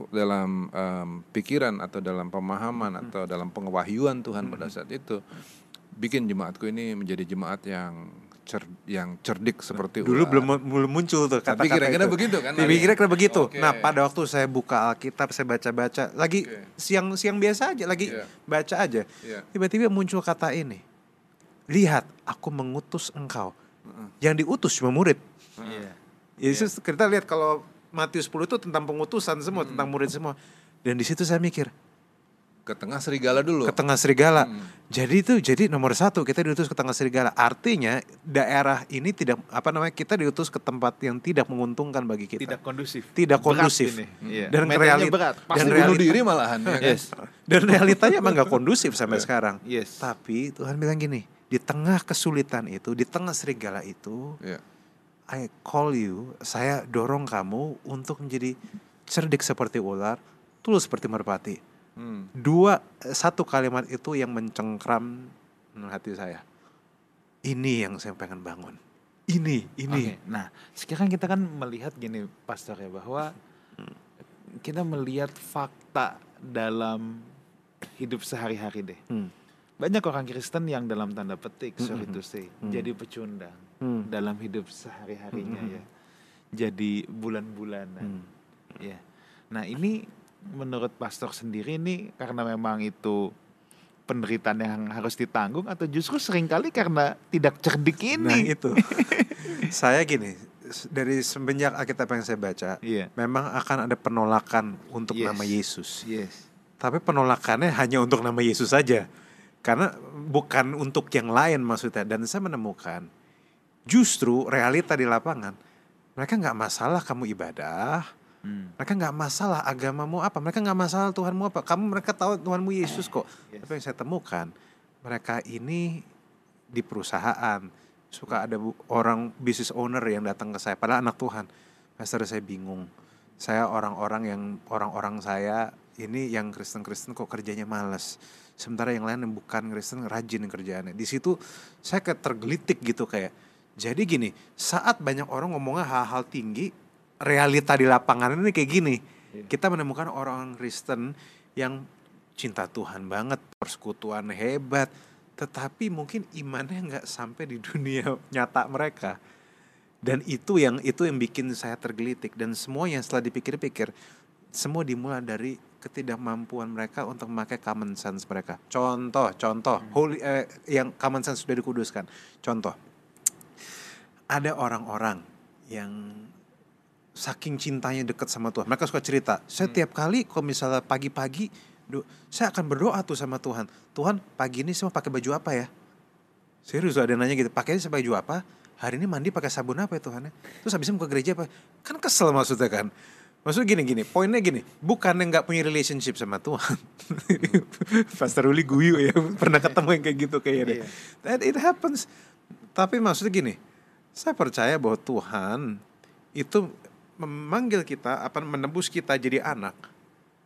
pikiran atau dalam pemahaman atau dalam pengewahyuan Tuhan pada saat itu bikin jemaatku ini menjadi jemaat yang cerdik seperti Dulu ular. belum muncul tuh Tapi kata-kata kira-kira itu. begitu kan? Tapi kira-kira begitu. Oke. Nah, pada waktu saya buka Alkitab, saya baca-baca, lagi siang biasa aja, lagi Iya. baca aja. Iya. Tiba-tiba muncul kata ini. Lihat, aku mengutus engkau. Yang diutus cuma murid. Iya. Yesus, kita lihat kalau Matius 10 itu tentang pengutusan semua, tentang murid semua. Dan di situ saya mikir, Ke tengah serigala dulu. ke tengah serigala. Jadi nomor 1 kita diutus ke tengah serigala. Artinya daerah ini kita diutus ke tempat yang tidak menguntungkan bagi kita. Tidak kondusif. Tidak Berat kondusif. ini. Iya. Dan Medannya realit- berat. Pasti dan bunuh realita- diri malahan ya kan? Yes. Dan realitanya emang gak kondusif sampai sekarang. Yes. Tapi Tuhan bilang gini, di tengah kesulitan itu, di tengah serigala itu, Iya. I call you, saya dorong kamu untuk menjadi cerdik seperti ular, tulus seperti merpati. Satu kalimat itu yang mencengkram hati saya. Ini yang saya pengen bangun. Ini. Oke, nah sekarang kita kan melihat gini Pastor ya, bahwa kita melihat fakta dalam hidup sehari-hari deh. Banyak orang Kristen yang dalam tanda petik, sorry to say, jadi pecundang dalam hidup sehari-harinya ya. Jadi bulan-bulanan. Ya. Nah ini menurut Pastor sendiri ini karena memang itu penderitaan yang harus ditanggung atau justru seringkali karena tidak cerdik Nah ini? itu. Saya gini, dari semenjak Alkitab yang saya baca, Iya. memang akan ada penolakan untuk Yes. nama Yesus. Yes. Tapi penolakannya hanya untuk nama Yesus saja. Karena bukan untuk yang lain maksudnya. Dan saya menemukan justru realita di lapangan, mereka gak masalah kamu ibadah, mereka gak masalah agamamu apa, mereka gak masalah Tuhanmu apa. Mereka tahu Tuhanmu Yesus kok. Yes. Tapi yang saya temukan, mereka ini di perusahaan suka ada orang business owner yang datang ke saya, padahal anak Tuhan. Pastor, saya bingung. Saya orang-orang saya ini yang Kristen-Kristen kok kerjanya malas. Sementara yang lain yang bukan Kristen rajin kerjaannya. Di situ saya kayak tergelitik gitu kayak. Jadi gini, saat banyak orang ngomongnya hal-hal tinggi, realita di lapangan ini kayak gini. Kita menemukan orang Kristen yang cinta Tuhan banget, persekutuan hebat, tetapi mungkin imannya nggak sampai di dunia nyata mereka. Dan itu yang bikin saya tergelitik. Dan semua yang setelah dipikir-pikir, semua dimulai dari ketidakmampuan mereka untuk memakai common sense mereka. Contoh, yang common sense sudah dikuduskan. Contoh, ada orang-orang yang saking cintanya dekat sama Tuhan, mereka suka cerita. Saya tiap kali kalau misalnya pagi-pagi, saya akan berdoa tuh sama Tuhan. Tuhan, pagi ini saya mau pakai baju apa ya? Serius ada nanya gitu, pakainya saya baju apa? Hari ini mandi pakai sabun apa ya Tuhan? Terus habisnya mau ke gereja apa? Kan kesel maksudnya kan. Maksudnya gini, poinnya gini, bukan yang gak punya relationship sama Tuhan. Pastor Uli guyu ya, pernah ketemu yang kayak gitu kayaknya. That it happens. Tapi maksudnya gini, saya percaya bahwa Tuhan itu memanggil kita, menebus kita jadi anak.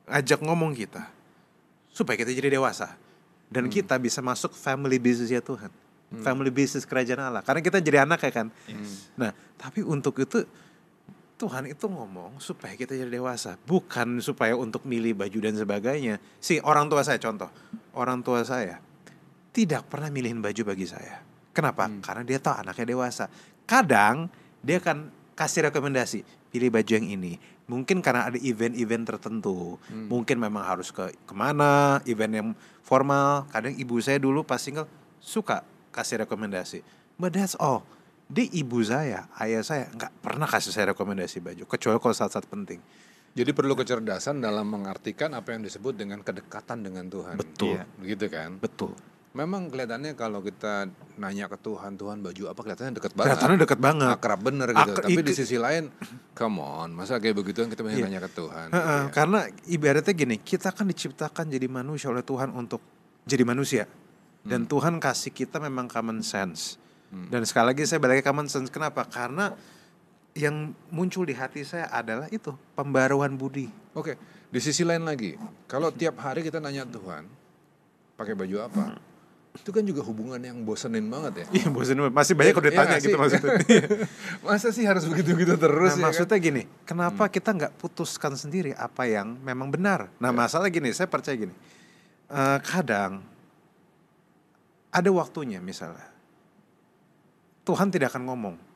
ajak ngomong kita supaya kita jadi dewasa dan kita bisa masuk family business ya Tuhan, family business kerajaan Allah. Karena kita jadi anak ya kan. Nah, tapi untuk itu Tuhan itu ngomong supaya kita jadi dewasa, bukan supaya untuk milih baju dan sebagainya. Orang tua saya contoh, orang tua saya tidak pernah milihin baju bagi saya. Kenapa? Karena dia tahu anaknya dewasa. Kadang dia akan kasih rekomendasi, pilih baju yang ini. Mungkin karena ada event-event tertentu. Mungkin memang harus kemana, event yang formal. Kadang ibu saya dulu pas single suka kasih rekomendasi. But that's all. Dia ibu saya, ayah saya nggak pernah kasih saya rekomendasi baju. Kecuali kalau saat-saat penting. Jadi perlu kecerdasan dalam mengartikan apa yang disebut dengan kedekatan dengan Tuhan. Betul. Begitu kan? Betul. Memang kelihatannya kalau kita nanya ke Tuhan baju apa, kelihatannya dekat banget. Kelihatannya dekat banget. Akrab bener gitu. Tapi di sisi lain, come on, masa kayak begituan kita masih nanya ke Tuhan. Gitu ya. Karena ibaratnya gini, kita kan diciptakan jadi manusia oleh Tuhan untuk jadi manusia. Dan Tuhan kasih kita memang common sense. Dan sekali lagi saya balik ke common sense. Kenapa? Karena yang muncul di hati saya adalah itu, pembaruan budi. Oke, di sisi lain lagi, kalau tiap hari kita nanya Tuhan, pakai baju apa? Itu kan juga hubungan yang bosenin banget ya. Iya bosenin, masih banyak kalau ditanya gitu maksudnya. Masa sih harus begitu-begitu terus ya maksudnya kan? gini, kenapa kita nggak putuskan sendiri apa yang memang benar? Nah masalah gini, saya percaya gini, kadang ada waktunya misalnya, Tuhan tidak akan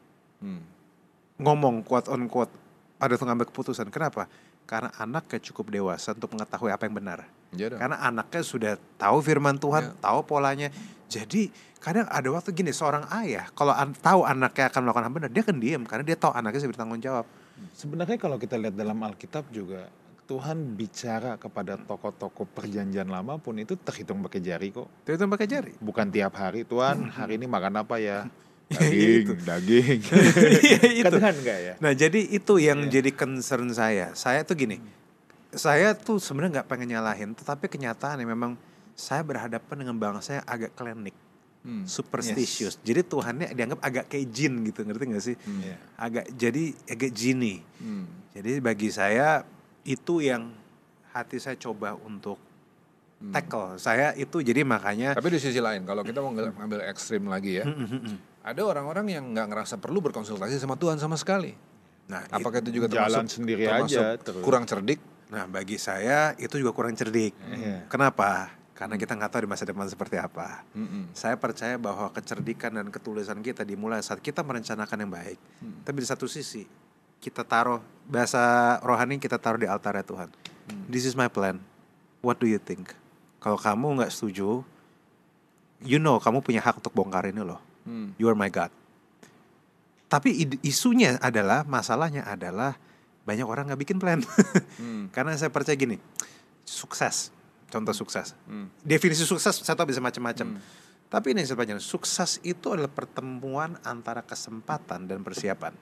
ngomong quote on quote, ada tuh ngambil keputusan. Kenapa? Karena anaknya cukup dewasa untuk mengetahui apa yang benar. Karena anaknya sudah tahu firman Tuhan, tahu polanya. Jadi kadang ada waktu gini, seorang ayah kalau tahu anaknya akan melakukan hal benar, dia akan diam karena dia tahu anaknya sudah bertanggung jawab. Sebenarnya kalau kita lihat dalam Alkitab juga, Tuhan bicara kepada tokoh-tokoh perjanjian lama pun itu terhitung pakai jari kok. Terhitung pakai jari. Bukan tiap hari, Tuhan hari ini makan apa ya? Daging. Itu kan enggak ya? Nah jadi itu yang jadi concern saya. Saya tuh gini, saya tuh sebenarnya nggak pengen nyalahin, tetapi kenyataannya memang saya berhadapan dengan bangsa yang agak klinik, superstitious. Jadi Tuhannya dianggap agak kayak jin gitu, ngerti nggak sih? Agak jini. Jadi bagi saya itu yang hati saya coba untuk tackle. Saya itu jadi makanya. Tapi di sisi lain, kalau kita mau ngambil ekstrim lagi ya, ada orang-orang yang nggak ngerasa perlu berkonsultasi sama Tuhan sama sekali. Nah, apakah itu juga jalan sendiri aja terus. Kurang cerdik? Nah, bagi saya itu juga kurang cerdik. Kenapa? Karena kita nggak tahu di masa depan seperti apa. Saya percaya bahwa kecerdikan dan ketulusan kita dimulai saat kita merencanakan yang baik. Tapi di satu sisi kita taruh, bahasa rohani kita taruh di altar Tuhan. This is my plan. What do you think? Kalau kamu nggak setuju, kamu punya hak untuk bongkar ini loh. You are my God. Tapi isunya adalah, masalahnya adalah banyak orang nggak bikin plan. Karena saya percaya gini, sukses, contoh sukses. Definisi sukses saya tahu bisa macam-macam. Tapi ini sebenarnya sukses itu adalah pertemuan antara kesempatan dan persiapan.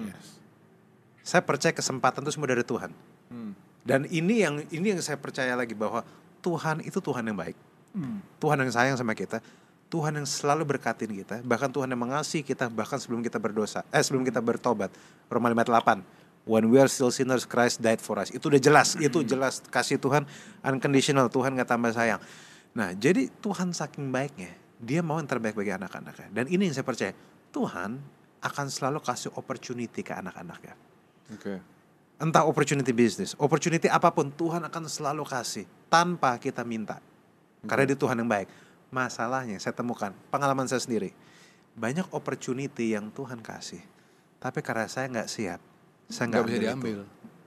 Saya percaya kesempatan itu semua dari Tuhan. Dan ini yang saya percaya lagi, bahwa Tuhan itu Tuhan yang baik. Tuhan yang sayang sama kita. Tuhan yang selalu berkatin kita, bahkan Tuhan yang mengasihi kita bahkan sebelum kita berdosa, sebelum kita bertobat. Roma 5:8. When we are still sinners, Christ died for us. Itu udah jelas, itu jelas kasih Tuhan unconditional, Tuhan gak tambah sayang. Nah, jadi Tuhan saking baiknya, Dia mau yang terbaik bagi anak-anaknya. Dan ini yang saya percaya, Tuhan akan selalu kasih opportunity ke anak-anaknya. Entah opportunity bisnis, opportunity apapun, Tuhan akan selalu kasih tanpa kita minta. Karena Dia Tuhan yang baik. Masalahnya saya temukan, pengalaman saya sendiri, banyak opportunity yang Tuhan kasih, tapi karena saya nggak siap, saya nggak bisa diambil.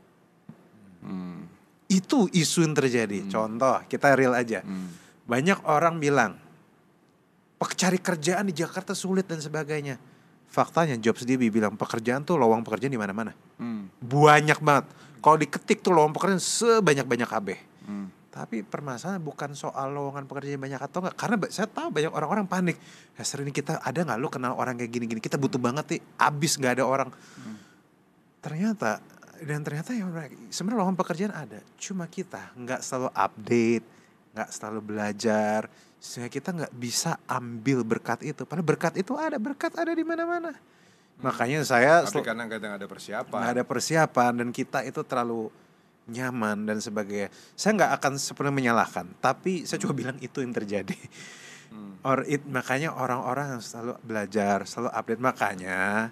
Itu isu yang terjadi. Contoh, kita real aja. Banyak orang bilang cari kerjaan di Jakarta sulit dan sebagainya. Faktanya Jobs dia bilang pekerjaan tuh, lowong pekerjaan di mana-mana. Banyak banget. Kalau diketik tuh lowong pekerjaan sebanyak-banyak AB. Tapi permasalahan bukan soal lowongan pekerjaan banyak atau enggak. Karena saya tahu banyak orang-orang panik. Hester ini kita ada gak lo kenal orang kayak gini-gini. Kita butuh banget nih. Abis gak ada orang. Ternyata ya sebenarnya lowongan pekerjaan ada. Cuma kita gak selalu update. Gak selalu belajar. Sehingga kita gak bisa ambil berkat itu. Padahal berkat itu ada. Berkat ada di mana-mana. Makanya saya. Tapi karena kita gak ada persiapan. Gak ada persiapan. Dan kita itu terlalu nyaman dan sebagainya. Saya nggak akan sepenuhnya menyalahkan, tapi saya coba bilang itu yang terjadi. Makanya orang-orang yang selalu belajar, selalu update. Makanya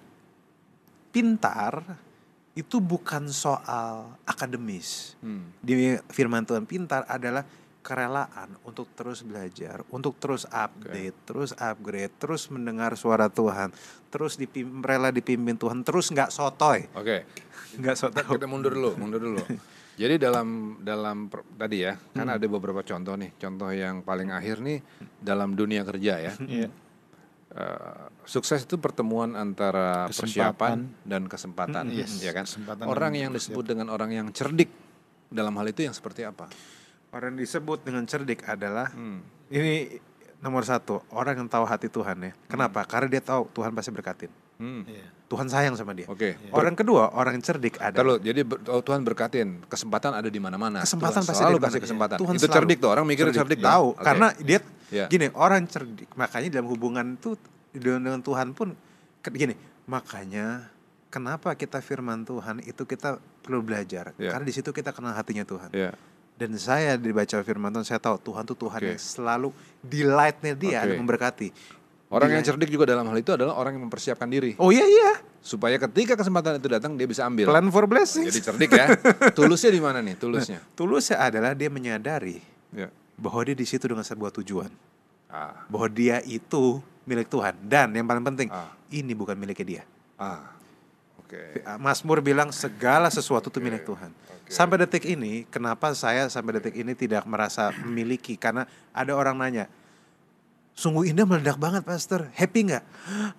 pintar itu bukan soal akademis. Di firman Tuhan, pintar adalah kerelaan untuk terus belajar, untuk terus update, terus upgrade, terus mendengar suara Tuhan, terus rela dipimpin Tuhan, terus nggak sotoy. Oke. Nggak sotoy. Kita mundur dulu. Jadi tadi ya, kan ada beberapa contoh nih. Contoh yang paling akhir nih dalam dunia kerja ya. Sukses itu pertemuan antara persiapan dan kesempatan, ya kan? Orang yang disebut dengan orang yang cerdik dalam hal itu yang seperti apa? Orang yang disebut dengan cerdik adalah ini nomor satu, orang yang tahu hati Tuhan ya. Kenapa? Karena dia tahu Tuhan pasti berkatin. Tuhan sayang sama dia. Oke. Orang kedua, orang yang cerdik adalah jadi Tuhan berkatin, kesempatan ada di mana-mana. Kesempatan Tuhan pasti selalu ada di kasih mana. kesempatan. Tuhan Itu selalu. cerdik tuh, orang mikir cerdik tahu. Oke. Karena dia Ya. gini, orang cerdik. Makanya dalam hubungan itu dengan Tuhan pun gini. Makanya kenapa kita firman Tuhan itu kita perlu belajar. Ya. Karena di situ kita kenal hatinya Tuhan. Ya. Dan saya dibaca firman Tuhan, saya tahu Tuhan tuh Tuhan yang selalu delight-nya dia ada memberkati. Orang yang cerdik juga dalam hal itu adalah orang yang mempersiapkan diri. Oh iya. Supaya ketika kesempatan itu datang dia bisa ambil. Plan for blessings. Jadi cerdik ya. Tulusnya di mana nih? Tulusnya. Tulusnya adalah dia menyadari Ya. bahwa dia di situ dengan sebuah tujuan. Ah. Bahwa dia itu milik Tuhan. Dan yang paling penting, ini bukan miliknya dia. Oke. Mazmur bilang segala sesuatu itu milik Tuhan. Sampai detik ini, kenapa saya sampai detik ini tidak merasa memiliki? Karena ada orang nanya, sungguh indah meledak banget pastor, happy gak?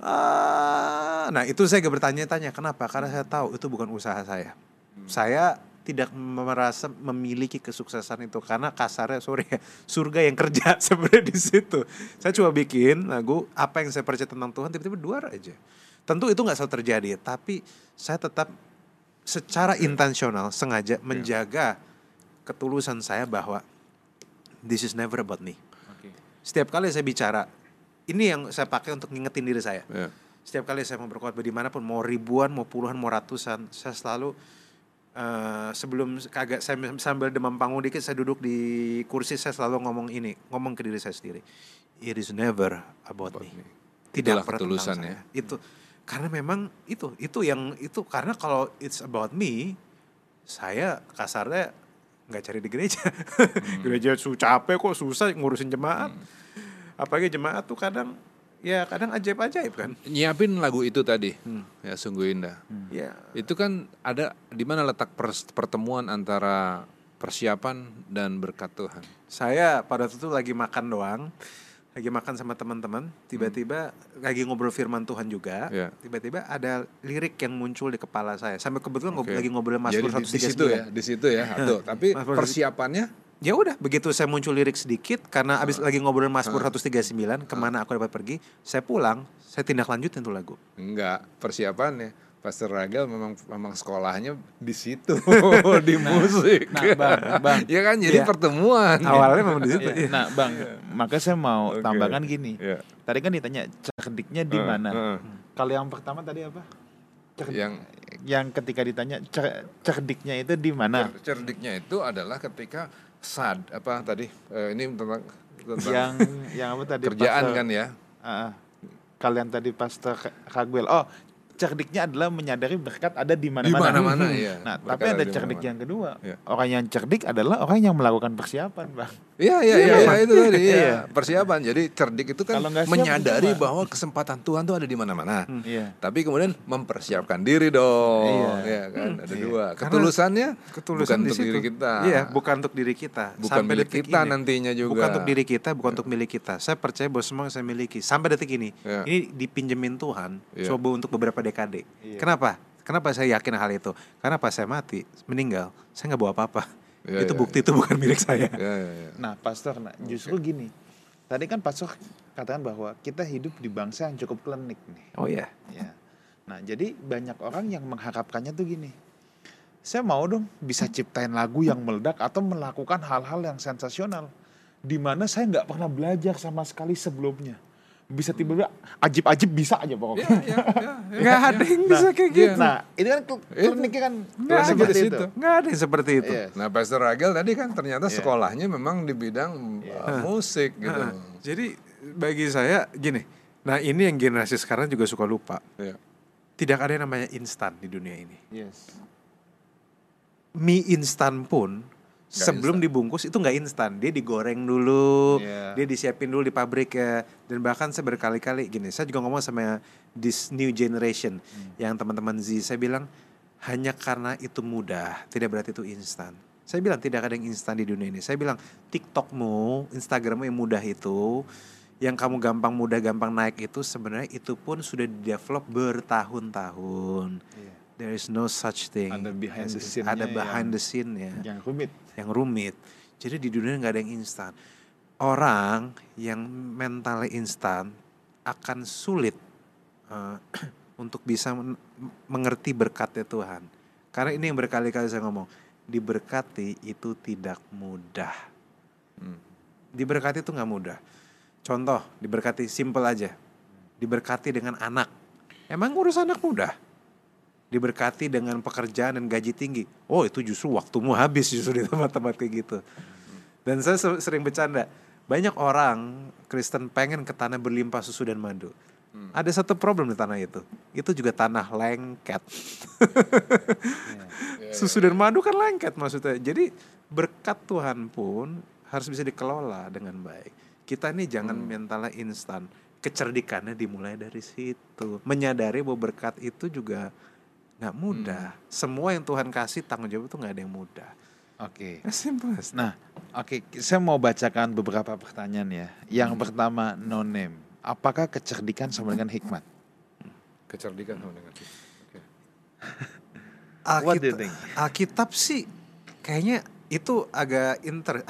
Nah itu saya gak bertanya-tanya, kenapa? Karena saya tahu itu bukan usaha saya. Saya tidak merasa memiliki kesuksesan itu karena kasarnya surga yang kerja sebenarnya di situ. Saya coba bikin lagu apa yang saya percaya tentang Tuhan, tiba-tiba duar aja. Tentu itu nggak selalu terjadi, tapi saya tetap secara intensional sengaja menjaga ketulusan saya bahwa this is never about me. Setiap kali saya bicara, ini yang saya pakai untuk ngingetin diri saya. Setiap kali saya mau berkhotbah dimanapun, mau ribuan, mau puluhan, mau ratusan, saya selalu sebelum saya sambil demam panggung dikit, saya duduk di kursi, saya selalu ngomong ke diri saya sendiri. It is never about me. Tidak pernah ketulusan tentang ya. saya. Itu karena memang itu karena kalau it's about me, saya kasarnya nggak cari di gereja. Gereja capek kok, susah ngurusin jemaat. Apalagi jemaat tuh kadang ajaib-ajaib kan. Nyiapin lagu itu tadi, ya sungguh indah. Ya. Itu kan ada di mana letak pertemuan antara persiapan dan berkat Tuhan. Saya pada waktu itu lagi makan doang, lagi makan sama teman-teman, tiba-tiba lagi ngobrol firman Tuhan juga, tiba-tiba ada lirik yang muncul di kepala saya. Sampai kebetulan lagi ngobrol Mazmur 139. Di situ ya. Tapi persiapannya ya udah, begitu saya muncul lirik sedikit karena abis lagi ngobrol Mazmur 139, kemana aku dapat pergi, saya pulang, saya tindak lanjutin tuh lagu. Enggak, persiapannya Pastor Ragel memang sekolahnya di situ di musik. Nah, Bang. Ya kan jadi pertemuan. Awalnya memang di situ. Nah, Bang, maka saya mau tambahkan gini. Tadi kan ditanya cerdiknya di mana? Kalau yang pertama tadi apa? Yang ketika ditanya cerdiknya itu di mana? Cerdiknya itu adalah ketika ini tentang yang apa tadi? Kerjaan Pastor, kan ya. Kalian tadi Pastor Raguel. Oh, cerdiknya adalah menyadari berkat ada di mana-mana. Di mana-mana, iya. Nah, tapi ada cerdik yang kedua. Orang yang cerdik adalah orang yang melakukan persiapan, Bang. Iya, itu tadi. Persiapan. Jadi cerdik itu kan menyadari bahwa kesempatan Tuhan tuh ada di mana-mana. Tapi kemudian mempersiapkan diri dong. Iya kan? Ada dua. Ketulusannya bukan untuk diri kita. Iya, bukan untuk diri kita. Bukan sampai milik kita ini. Nantinya juga. Bukan untuk diri kita, bukan untuk milik kita. Saya percaya bahwa semua yang saya miliki sampai detik ini, ini dipinjemin Tuhan. Coba untuk beberapa dekade. Kenapa saya yakin hal itu? Karena pas saya mati, meninggal, saya nggak bawa apa-apa. Itu bukti itu bukan milik saya. Nah, Pastor, justru gini. Tadi kan Pastor katakan bahwa kita hidup di bangsa yang cukup klinik nih. Oh iya. Ya. Nah, jadi banyak orang yang mengharapkannya tuh gini. Saya mau dong bisa ciptain lagu yang meledak atau melakukan hal-hal yang sensasional. Di mana saya nggak pernah belajar sama sekali sebelumnya. bisa tiba-tiba ajib-ajib bisa aja pokoknya. Nggak ada yang bisa kayak gitu. Nah, itu kan kliniknya kan Nggak ada seperti di itu. situ. Nggak ada yang seperti itu. Yes. Nah, Pastor Ragel tadi kan ternyata sekolahnya memang di bidang musik gitu. Jadi bagi saya gini, nah ini yang generasi sekarang juga suka lupa. Iya. Tidak ada yang namanya instan di dunia ini. Yes. Mie instan pun sebelum dibungkus itu nggak instan, dia digoreng dulu, dia disiapin dulu di pabrik ya. Dan bahkan saya berkali-kali gini, saya juga ngomong sama this new generation yang teman-teman Z, saya bilang hanya karena itu mudah tidak berarti itu instan. Saya bilang tidak ada yang instan di dunia ini. Saya bilang TikTokmu, Instagrammu yang mudah itu, yang kamu gampang naik itu sebenarnya itu pun sudah di-develop bertahun-tahun. There is no such thing. Ada behind the scene-nya. Ada behind the scene-nya. Yang rumit. Jadi di dunia nggak ada yang instan. Orang yang mentalnya instan akan sulit untuk bisa mengerti berkatnya Tuhan. Karena ini yang berkali-kali saya ngomong, diberkati itu tidak mudah. Diberkati itu nggak mudah. Contoh, diberkati simple aja. Diberkati dengan anak. Emang ngurus anak mudah? Diberkati dengan pekerjaan dan gaji tinggi. Oh, itu justru waktumu habis justru di tempat-tempat kayak gitu. Dan saya sering bercanda, banyak orang Kristen pengen ke tanah berlimpah susu dan madu. Ada satu problem di tanah itu juga tanah lengket. Susu dan madu kan lengket maksudnya. Jadi berkat Tuhan pun harus bisa dikelola dengan baik. Kita ini jangan mentalnya instan. Kecerdikannya dimulai dari situ. Menyadari bahwa berkat itu juga nggak mudah. Semua yang Tuhan kasih tanggung jawab itu nggak ada yang mudah. Oke. Simple. Nah, saya mau bacakan beberapa pertanyaan ya. Yang pertama, no name. Apakah kecerdikan sama dengan hikmat? Kecerdikan sama dengan hikmat. What do you think? Alkitab sih kayaknya itu agak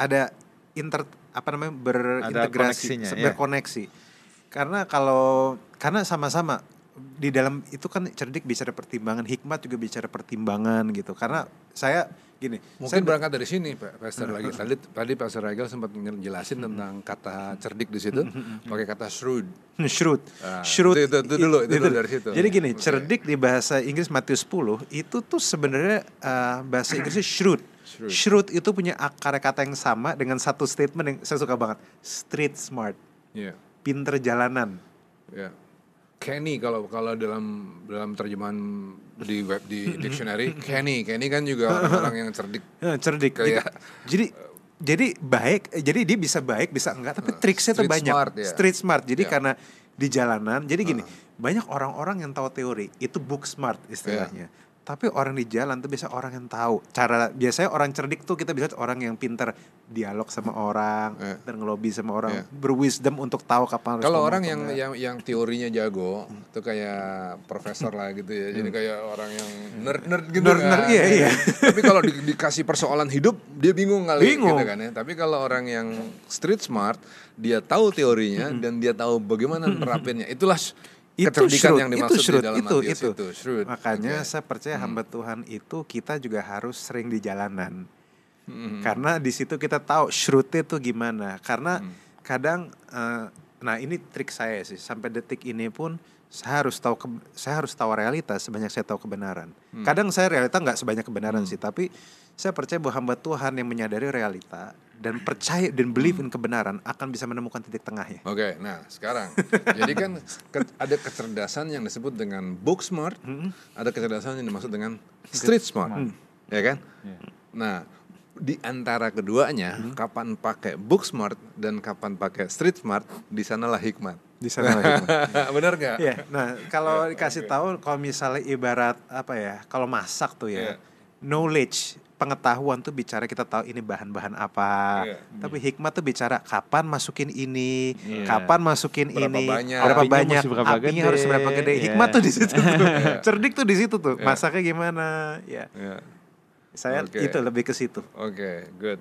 berintegrasi, berkoneksi. Karena sama-sama di dalam itu kan cerdik bicara pertimbangan, hikmat juga bicara pertimbangan gitu. Karena saya gini, mungkin berangkat dari sini Pak Pastor lagi. Tadi Pastor Ragel sempat ngejelasin tentang kata cerdik di situ, pakai kata shrewd. Shrewd itu dulu dari situ. Jadi gini, cerdik di bahasa Inggris Matius 10 itu tuh sebenarnya bahasa Inggrisnya shrewd. Shrewd itu punya akar kata yang sama dengan satu statement yang saya suka banget, street smart. Pinter jalanan. Kenny kalau dalam terjemahan di dictionary Kenny kan juga orang yang cerdik. Cerdik. Kayak, jadi baik, jadi dia bisa baik bisa enggak, tapi triksnya tuh banyak. Smart, Street smart. Jadi karena di jalanan, jadi gini, banyak orang-orang yang tahu teori, itu book smart istilahnya. Tapi orang di jalan tuh biasa orang yang tahu biasanya orang cerdik tuh kita bisa orang yang pintar dialog sama orang dan ngelobi sama orang, berwisdom untuk tahu kapan harus. Kalau orang yang teorinya jago tuh kayak profesor lah gitu ya, jadi kayak orang yang nerd gitu kan. Iya. Tapi kalau dikasih persoalan hidup dia bingung gitu kan ya. Tapi kalau orang yang street smart, dia tahu teorinya dan dia tahu bagaimana nerapinnya. Itulah kecerdikan yang dimaksud di dalam Matius itu. Makanya saya percaya hamba Tuhan itu kita juga harus sering di jalanan. Karena di situ kita tahu shrewd-nya itu gimana. Karena kadang nah ini trik saya sih, sampai detik ini pun saya harus tahu realitas sebanyak saya tahu kebenaran. Kadang saya realita nggak sebanyak kebenaran sih, tapi saya percaya bahwa hamba Tuhan yang menyadari realita dan percaya dan believe in kebenaran akan bisa menemukan titik tengahnya. Oke, nah sekarang jadi kan ada kecerdasan yang disebut dengan book smart, ada kecerdasan yang dimaksud dengan street smart, ya kan? Nah, di antara keduanya, kapan pakai book smart dan kapan pakai street smart, di sanalah hikmat. Di sanalah hikmat. Benar nggak? Iya. Nah, kalau dikasih tahu, kalau misalnya ibarat apa ya, kalau masak tuh ya, knowledge, pengetahuan tuh bicara kita tahu ini bahan-bahan apa. Tapi hikmat tuh bicara kapan masukin ini, kapan masukin berapa banyak, apinya harus berapa gede. Hikmat tuh di situ tuh. Cerdik tuh di situ tuh. Masaknya gimana? Saya itu lebih ke situ. Oke, good.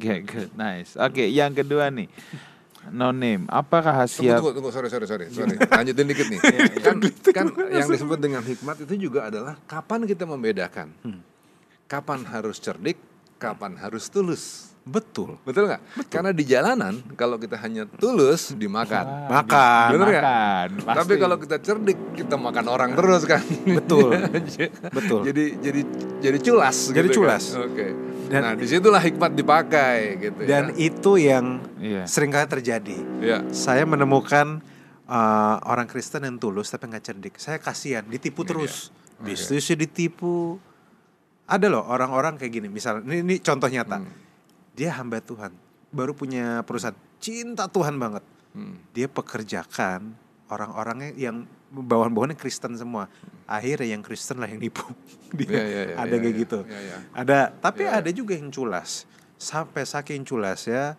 Nice. Yang kedua nih. No name. Apa rahasia? Tunggu, sorry. Lanjutin dikit nih. Kan yang disebut dengan hikmat itu juga adalah kapan kita membedakan. Kapan harus cerdik, kapan harus tulus. Betul. Betul nggak? Karena di jalanan kalau kita hanya tulus dimakan. Makan. Bener nggak? Makan, pasti. Tapi kalau kita cerdik kita makan orang terus kan. Betul. Betul. Jadi culas. Jadi gitu culas. Kan? Oke. Dan- Nah disitulah hikmat dipakai gitu. Dan ya. itu yang Iya. seringkali terjadi. Ya. Saya menemukan orang Kristen yang tulus tapi nggak cerdik. Saya kasihan, ditipu terus. Bisnisnya ditipu. Ada loh orang-orang kayak gini. Misalnya, ini contoh nyata. Dia hamba Tuhan, baru punya perusahaan, cinta Tuhan banget. Dia pekerjakan orang-orangnya yang bawahan-bawahannya Kristen semua. Akhirnya yang Kristen lah yang nipu. Dia ada kayak gitu. Ada, tapi ada juga yang culas. Sampai saking culas ya,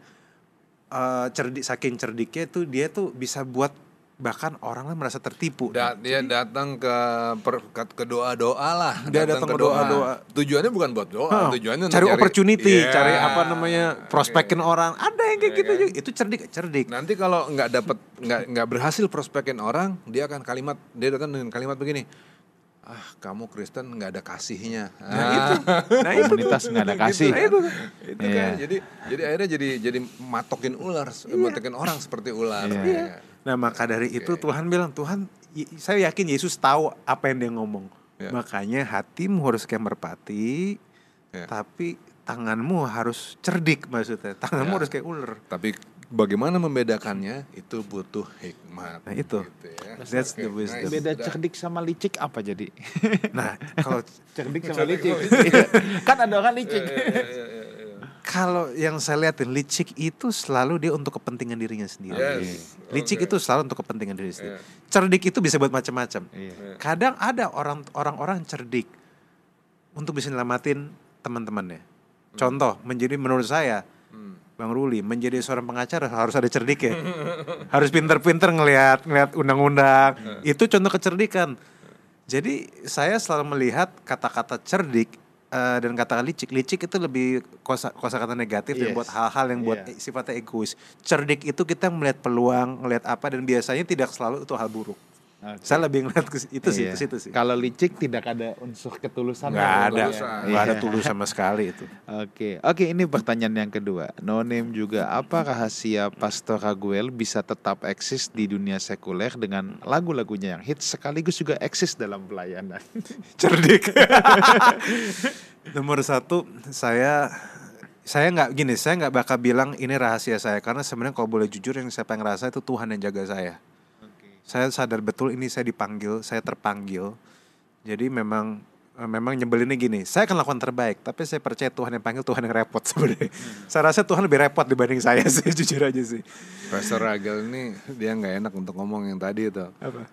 saking cerdiknya tuh dia tuh bisa buat bahkan orang lain merasa tertipu. Dia datang ke doa-doa lah. Dia datang ke doa-doa. Tujuannya bukan buat doa, tujuannya cari untuk opportunity, Iya. cari apa namanya, prospekin orang. Ada yang kayak gitu juga. Itu cerdik. Nanti kalau nggak berhasil prospekin orang, dia datang dengan kalimat begini. Ah, kamu Kristen nggak ada kasihnya. Komunitas nggak ada kasih. Itu Iya. kan. Jadi akhirnya jadi matokin matokin orang seperti ular. Iya. Iya. Nah maka dari itu Tuhan bilang, saya yakin Yesus tahu apa yang dia ngomong. Ya. Makanya hatimu harus kayak merpati, Ya. tapi tanganmu harus cerdik maksudnya. Tanganmu Ya. harus kayak ular. Tapi bagaimana membedakannya itu butuh hikmat. Nah, itu. Gitu ya. That's the wisdom. Beda cerdik sama licik apa jadi? Nah kalau Cerdik sama licik. Kan ada orang licik. kalau yang saya lihatin, licik itu selalu dia untuk kepentingan dirinya sendiri. Yes. Licik Oke. itu selalu untuk kepentingan diri sendiri. Cerdik itu bisa buat macam-macam. Iya. Kadang ada orang-orang cerdik untuk bisa nyelamatin teman-temannya. Contoh, menurut saya, Bang Ruli, menjadi seorang pengacara harus ada cerdik ya. Harus pinter-pinter ngelihat undang-undang. Itu contoh kecerdikan. Jadi saya selalu melihat kata-kata cerdik dan kata licik itu lebih kosakata negatif dan Yes. buat hal-hal yang buat Iya. sifatnya egois. Cerdik itu kita melihat peluang, ngelihat apa, dan biasanya tidak selalu itu hal buruk. Oke. Saya lebih ngeliat ke itu sih, Iya. ke situ sih. Kalau licik tidak ada unsur ketulusan. Nggak ada, Ketulusan. nggak ada Iya. tulus sama sekali itu. Oke, ini pertanyaan yang kedua. No name juga, apa rahasia Pastor Raguel bisa tetap eksis di dunia sekuler dengan lagu-lagunya yang hits sekaligus juga eksis dalam pelayanan? Cerdik. Nomor satu, saya nggak bakal bilang ini rahasia saya, karena sebenarnya kalau boleh jujur yang saya pengen rasa itu Tuhan yang jaga saya. Saya sadar betul ini saya dipanggil, saya terpanggil. Jadi memang nyebelinnya gini, saya akan lakukan terbaik, tapi saya percaya Tuhan yang panggil, Tuhan yang repot sebenarnya. Saya rasa Tuhan lebih repot dibanding saya sih, jujur aja sih. Pastor Ragel ini dia nggak enak untuk ngomong yang tadi itu. Apa?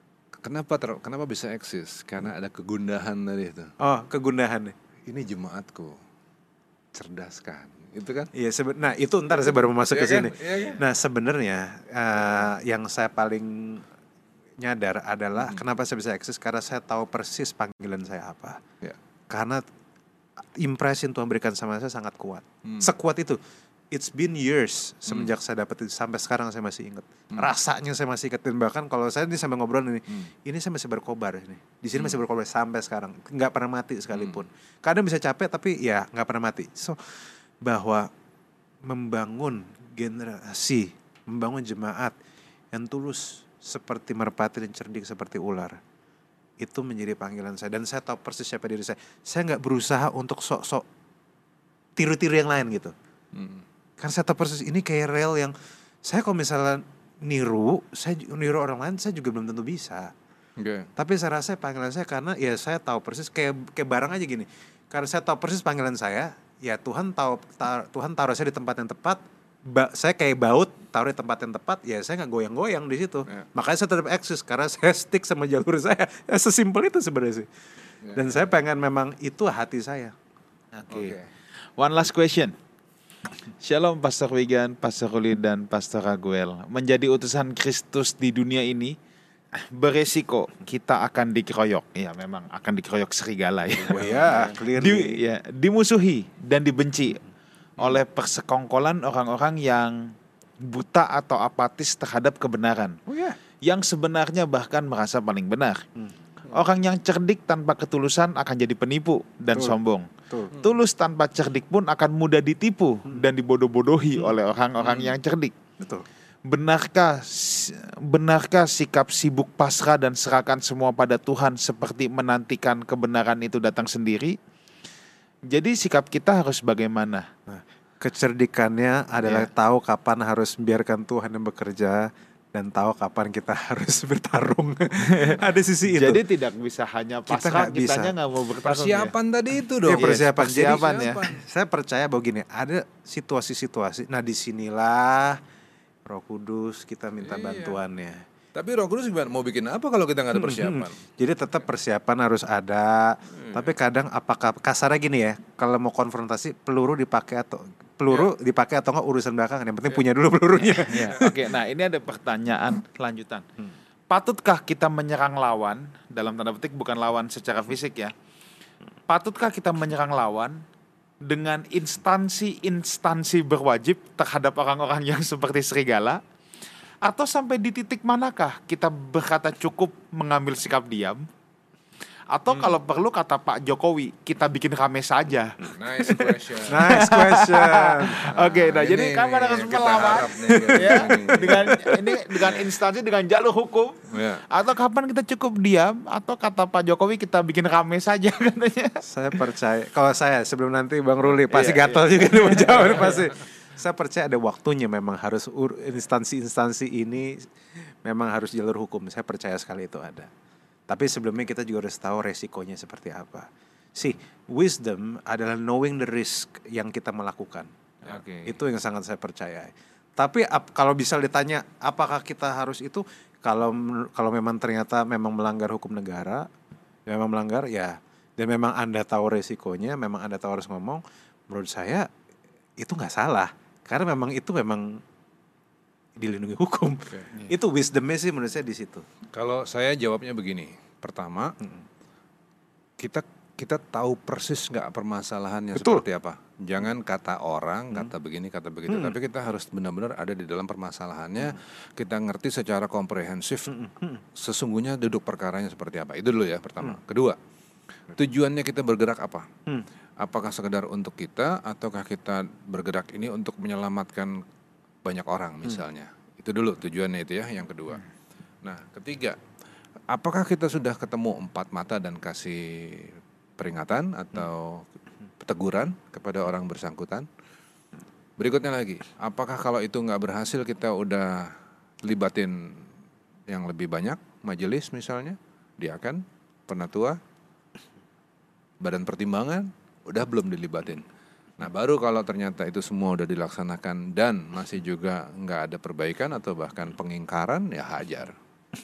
Kenapa bisa eksis? Karena ada kegundahan tadi itu. Oh, kegundahan. Ini jemaatku, cerdaskan, itu kan? Iya, nah itu ntar saya baru mau masuk ke Iya kan? sini. Iya kan? Nah sebenarnya yang saya paling nyadar adalah kenapa saya bisa eksis, karena saya tahu persis panggilan saya apa. Ya. Karena impresi yang Tuhan berikan sama saya sangat kuat. Sekuat itu. It's been years semenjak saya dapat itu, sampai sekarang saya masih ingat. Rasanya saya masih ingat, dan bahkan kalau saya ini sampai ngobrol ini saya masih berkobar ini. Di sini masih berkobar sampai sekarang, nggak pernah mati sekalipun. Kadang bisa capek tapi ya nggak pernah mati. So bahwa membangun generasi, membangun jemaat yang tulus seperti merpati dan cerdik seperti ular, itu menjadi panggilan saya, dan saya tahu persis siapa diri saya. Saya nggak berusaha untuk sok-sok tiru-tiru yang lain gitu. Karena saya tahu persis ini kayak rel yang saya kalau misalnya niru orang lain, saya juga belum tentu bisa. Oke. Tapi saya rasa panggilan saya, karena ya saya tahu persis kayak barang aja gini. Karena saya tahu persis panggilan saya, ya Tuhan taruh saya di tempat yang tepat. Saya kayak baut taruh di tempat yang tepat, ya saya nggak goyang-goyang di situ. Ya. Makanya saya tetap eksis karena saya stick sama jalur saya. Ya, sesimpel itu sebenarnya sih. Dan saya pengen, memang itu hati saya. Oke. One last question. Shalom Pastor Wigan, Pastor Ruli, dan Pastor Raguel. Menjadi utusan Kristus di dunia ini beresiko kita akan dikeroyok. Ya memang akan dikeroyok serigala ya. Oh ya, clearly. Dimusuhi dan dibenci oleh persekongkolan orang-orang yang buta atau apatis terhadap kebenaran. Oh ya. Yang sebenarnya bahkan merasa paling benar. Orang yang cerdik tanpa ketulusan akan jadi penipu dan sombong. Tulus tanpa cerdik pun akan mudah ditipu dan dibodoh-bodohi oleh orang-orang yang cerdik. Betul. Benarkah sikap sibuk pasrah dan serahkan semua pada Tuhan seperti menantikan kebenaran itu datang sendiri? Jadi sikap kita harus bagaimana? Nah, kecerdikannya adalah tahu kapan harus biarkan Tuhan yang bekerja dan tahu kapan kita harus bertarung. Ada sisi itu. Jadi tidak bisa hanya pasrah, kitanya nggak mau bertarung. Persiapan tadi itu Ya, dong. persiapan. persiapan Jadi, ya. saya percaya bahwa gini, ada situasi-situasi. Nah, disinilah Roh Kudus kita minta bantuannya. Tapi Roh Kudus gimana? Mau bikin apa kalau kita nggak ada persiapan? Jadi tetap persiapan harus ada. Tapi kadang apakah kasarnya gini ya, kalau mau konfrontasi peluru dipakai atau nggak urusan belakangan. Yang penting punya dulu pelurunya. Oke, nah ini ada pertanyaan lanjutan. Patutkah kita menyerang lawan, dalam tanda petik bukan lawan secara fisik ya. Patutkah kita menyerang lawan dengan instansi berwajib terhadap orang-orang yang seperti serigala? Atau sampai di titik manakah kita berkata cukup mengambil sikap diam? Atau kalau perlu kata Pak Jokowi, kita bikin rame saja. Nice question. Nice question. Oke, nah jadi kapan harus melawan ya dengan instansi, dengan jalur hukum? Ya. Atau kapan kita cukup diam? Atau kata Pak Jokowi kita bikin rame saja katanya? Saya percaya, kalau saya sebelum nanti Bang Ruli pasti gatal juga nih mau jawab pasti. Saya percaya ada waktunya, memang harus instansi-instansi ini memang harus jalur hukum. Saya percaya sekali itu ada. Tapi sebelumnya kita juga harus tahu resikonya seperti apa. Wisdom adalah knowing the risk yang kita melakukan. Oke. Itu yang sangat saya percaya. Tapi kalau bisa ditanya apakah kita harus itu, kalau memang ternyata memang melanggar hukum negara, memang melanggar ya, dan memang Anda tahu resikonya, memang Anda tahu harus ngomong, menurut saya itu nggak salah. Karena memang itu memang dilindungi hukum. Itu wisdomnya sih menurut saya di situ. Kalau saya jawabnya begini. Pertama, kita tahu persis nggak permasalahannya seperti apa. Jangan kata orang, kata begini, kata begitu. Tapi kita harus benar-benar ada di dalam permasalahannya. Kita ngerti secara komprehensif sesungguhnya duduk perkaranya seperti apa. Itu dulu ya pertama. Kedua, tujuannya kita bergerak apa? Apakah sekedar untuk kita, ataukah kita bergerak ini untuk menyelamatkan banyak orang misalnya. Itu dulu tujuannya itu ya, yang kedua. Nah, ketiga, apakah kita sudah ketemu 4 mata dan kasih peringatan atau teguran kepada orang bersangkutan? Berikutnya lagi, apakah kalau itu nggak berhasil kita udah libatin yang lebih banyak, majelis misalnya, diakan, penatua, badan pertimbangan, udah belum dilibatin? Nah baru kalau ternyata itu semua udah dilaksanakan dan masih juga nggak ada perbaikan atau bahkan pengingkaran, ya hajar.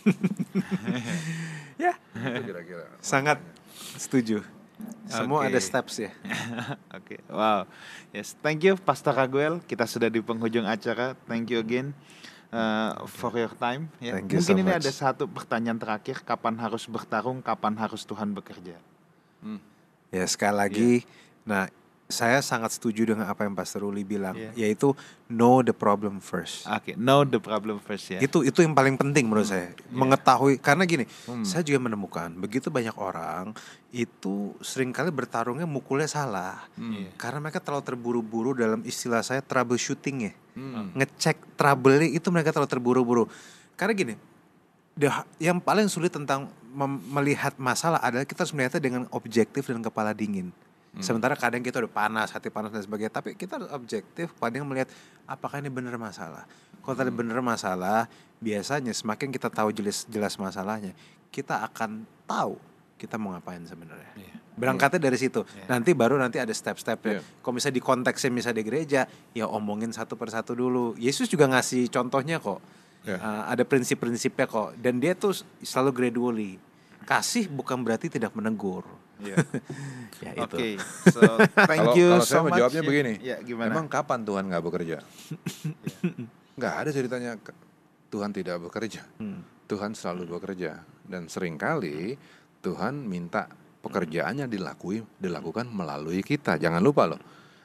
Ya, Itu kira-kira. sangat setuju. Semua ada steps ya. Oke, wow. Yes, thank you Pastor Raguel. Kita sudah di penghujung acara. Thank you again for your time. Ya. Thank you Mungkin so ini much. ada satu pertanyaan terakhir. Kapan harus bertarung? Kapan harus Tuhan bekerja? Ya sekali lagi, nah saya sangat setuju dengan apa yang Pastor Ruli bilang, yaitu know the problem first. Oke, know the problem first ya. Itu yang paling penting menurut saya. Mengetahui, karena gini, saya juga menemukan begitu banyak orang itu seringkali bertarungnya mukulnya salah. Karena mereka terlalu terburu-buru, dalam istilah saya troubleshooting ya. Ngecek trouble-nya itu mereka terlalu terburu-buru. Karena gini, yang paling sulit tentang melihat masalah adalah kita harus melihatnya dengan objektif dan kepala dingin. Sementara kadang kita udah panas, hati panas dan sebagainya, tapi kita harus objektif pada melihat apakah ini benar masalah. Kalau tadi benar masalah, biasanya semakin kita tahu jelas masalahnya, kita akan tahu kita mau ngapain sebenarnya. Berangkatnya dari situ. Nanti ada step-stepnya. Kalau misalnya di konteksnya misalnya di gereja, ya omongin satu persatu dulu. Yesus juga ngasih contohnya kok. Ada prinsip-prinsipnya kok. Dan dia tuh selalu gradually. Kasih bukan berarti tidak menegur. Ya itu. Oke, so thank you Kalau so saya mau much. jawabnya begini. Ya, gimana? Emang kapan Tuhan nggak bekerja? Nggak ada ceritanya Tuhan tidak bekerja. Tuhan selalu bekerja. Dan seringkali Tuhan minta pekerjaannya dilakukan melalui kita. Jangan lupa loh.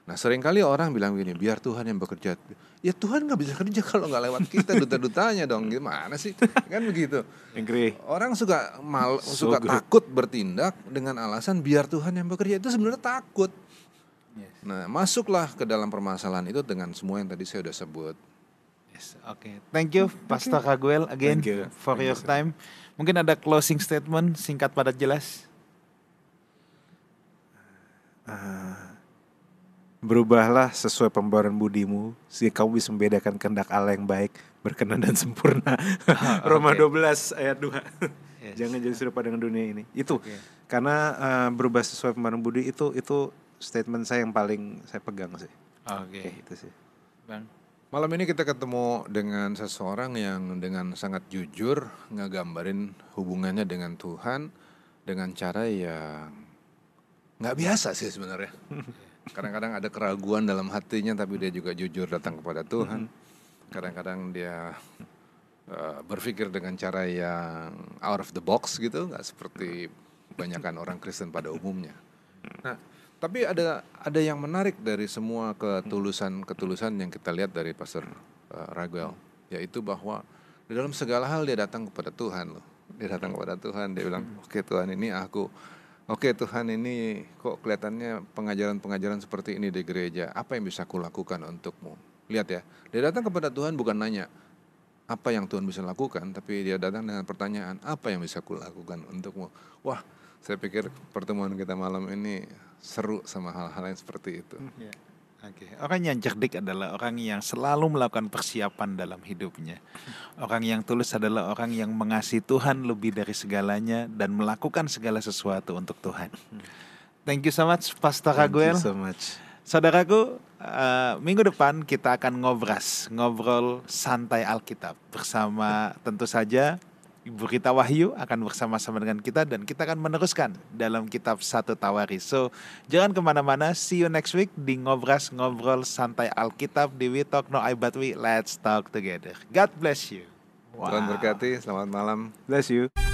Nah seringkali orang bilang gini, biar Tuhan yang bekerja. Ya Tuhan nggak bisa kerja kalau nggak lewat kita, duta-dutanya dong. Gimana sih? Kan begitu. Agree. Orang suka So suka good. takut bertindak dengan alasan biar Tuhan yang bekerja. Itu sebenarnya takut. Nah masuklah ke dalam permasalahan itu dengan semua yang tadi saya udah sebut. Yes, oke. Thank you Pastor Raguel again Thank you. for Thank your you, sir. time. Mungkin ada closing statement singkat padat jelas. Berubahlah sesuai pembaruan budimu, sehingga kamu bisa membedakan kehendak Allah yang baik, berkenan dan sempurna. Roma 12 ayat 2. Yes. Jangan jadi serupa dengan dunia ini. Itu Oke. karena berubah sesuai pembaruan budi itu statement saya yang paling saya pegang sih. Oke. Oke, itu sih. Bang. Malam ini kita ketemu dengan seseorang yang dengan sangat jujur ngegambarin hubungannya dengan Tuhan dengan cara yang nggak biasa sih sebenarnya. Kadang-kadang ada keraguan dalam hatinya tapi dia juga jujur datang kepada Tuhan. Kadang-kadang dia berpikir dengan cara yang out of the box gitu, nggak seperti kebanyakan orang Kristen pada umumnya. Nah, tapi ada yang menarik dari semua ketulusan yang kita lihat dari Pastor Raguel, yaitu bahwa di dalam segala hal dia datang kepada Tuhan loh. Dia datang kepada Tuhan, dia bilang, "Oke Tuhan, ini aku. Oke Tuhan, ini kok kelihatannya pengajaran-pengajaran seperti ini di gereja. Apa yang bisa aku lakukan untukmu?" Lihat ya, dia datang kepada Tuhan bukan nanya apa yang Tuhan bisa lakukan, tapi dia datang dengan pertanyaan, apa yang bisa aku lakukan untukmu? Wah, saya pikir pertemuan kita malam ini seru sama hal-hal yang seperti itu. Oke. Orang yang cerdik adalah orang yang selalu melakukan persiapan dalam hidupnya. Orang yang tulus adalah orang yang mengasihi Tuhan lebih dari segalanya dan melakukan segala sesuatu untuk Tuhan. Thank you so much Pastor Raguel. Thank you so much. Saudaraku, minggu depan kita akan ngobrol santai Alkitab bersama tentu saja Ibu Rita Wahyu akan bersama-sama dengan kita dan kita akan meneruskan dalam kitab 1 Tawaris. So, jangan kemana-mana. See you next week di ngobrol santai Alkitab di We Talk No I But We. Let's talk together. God bless you. Tuhan berkati, selamat malam. Bless you.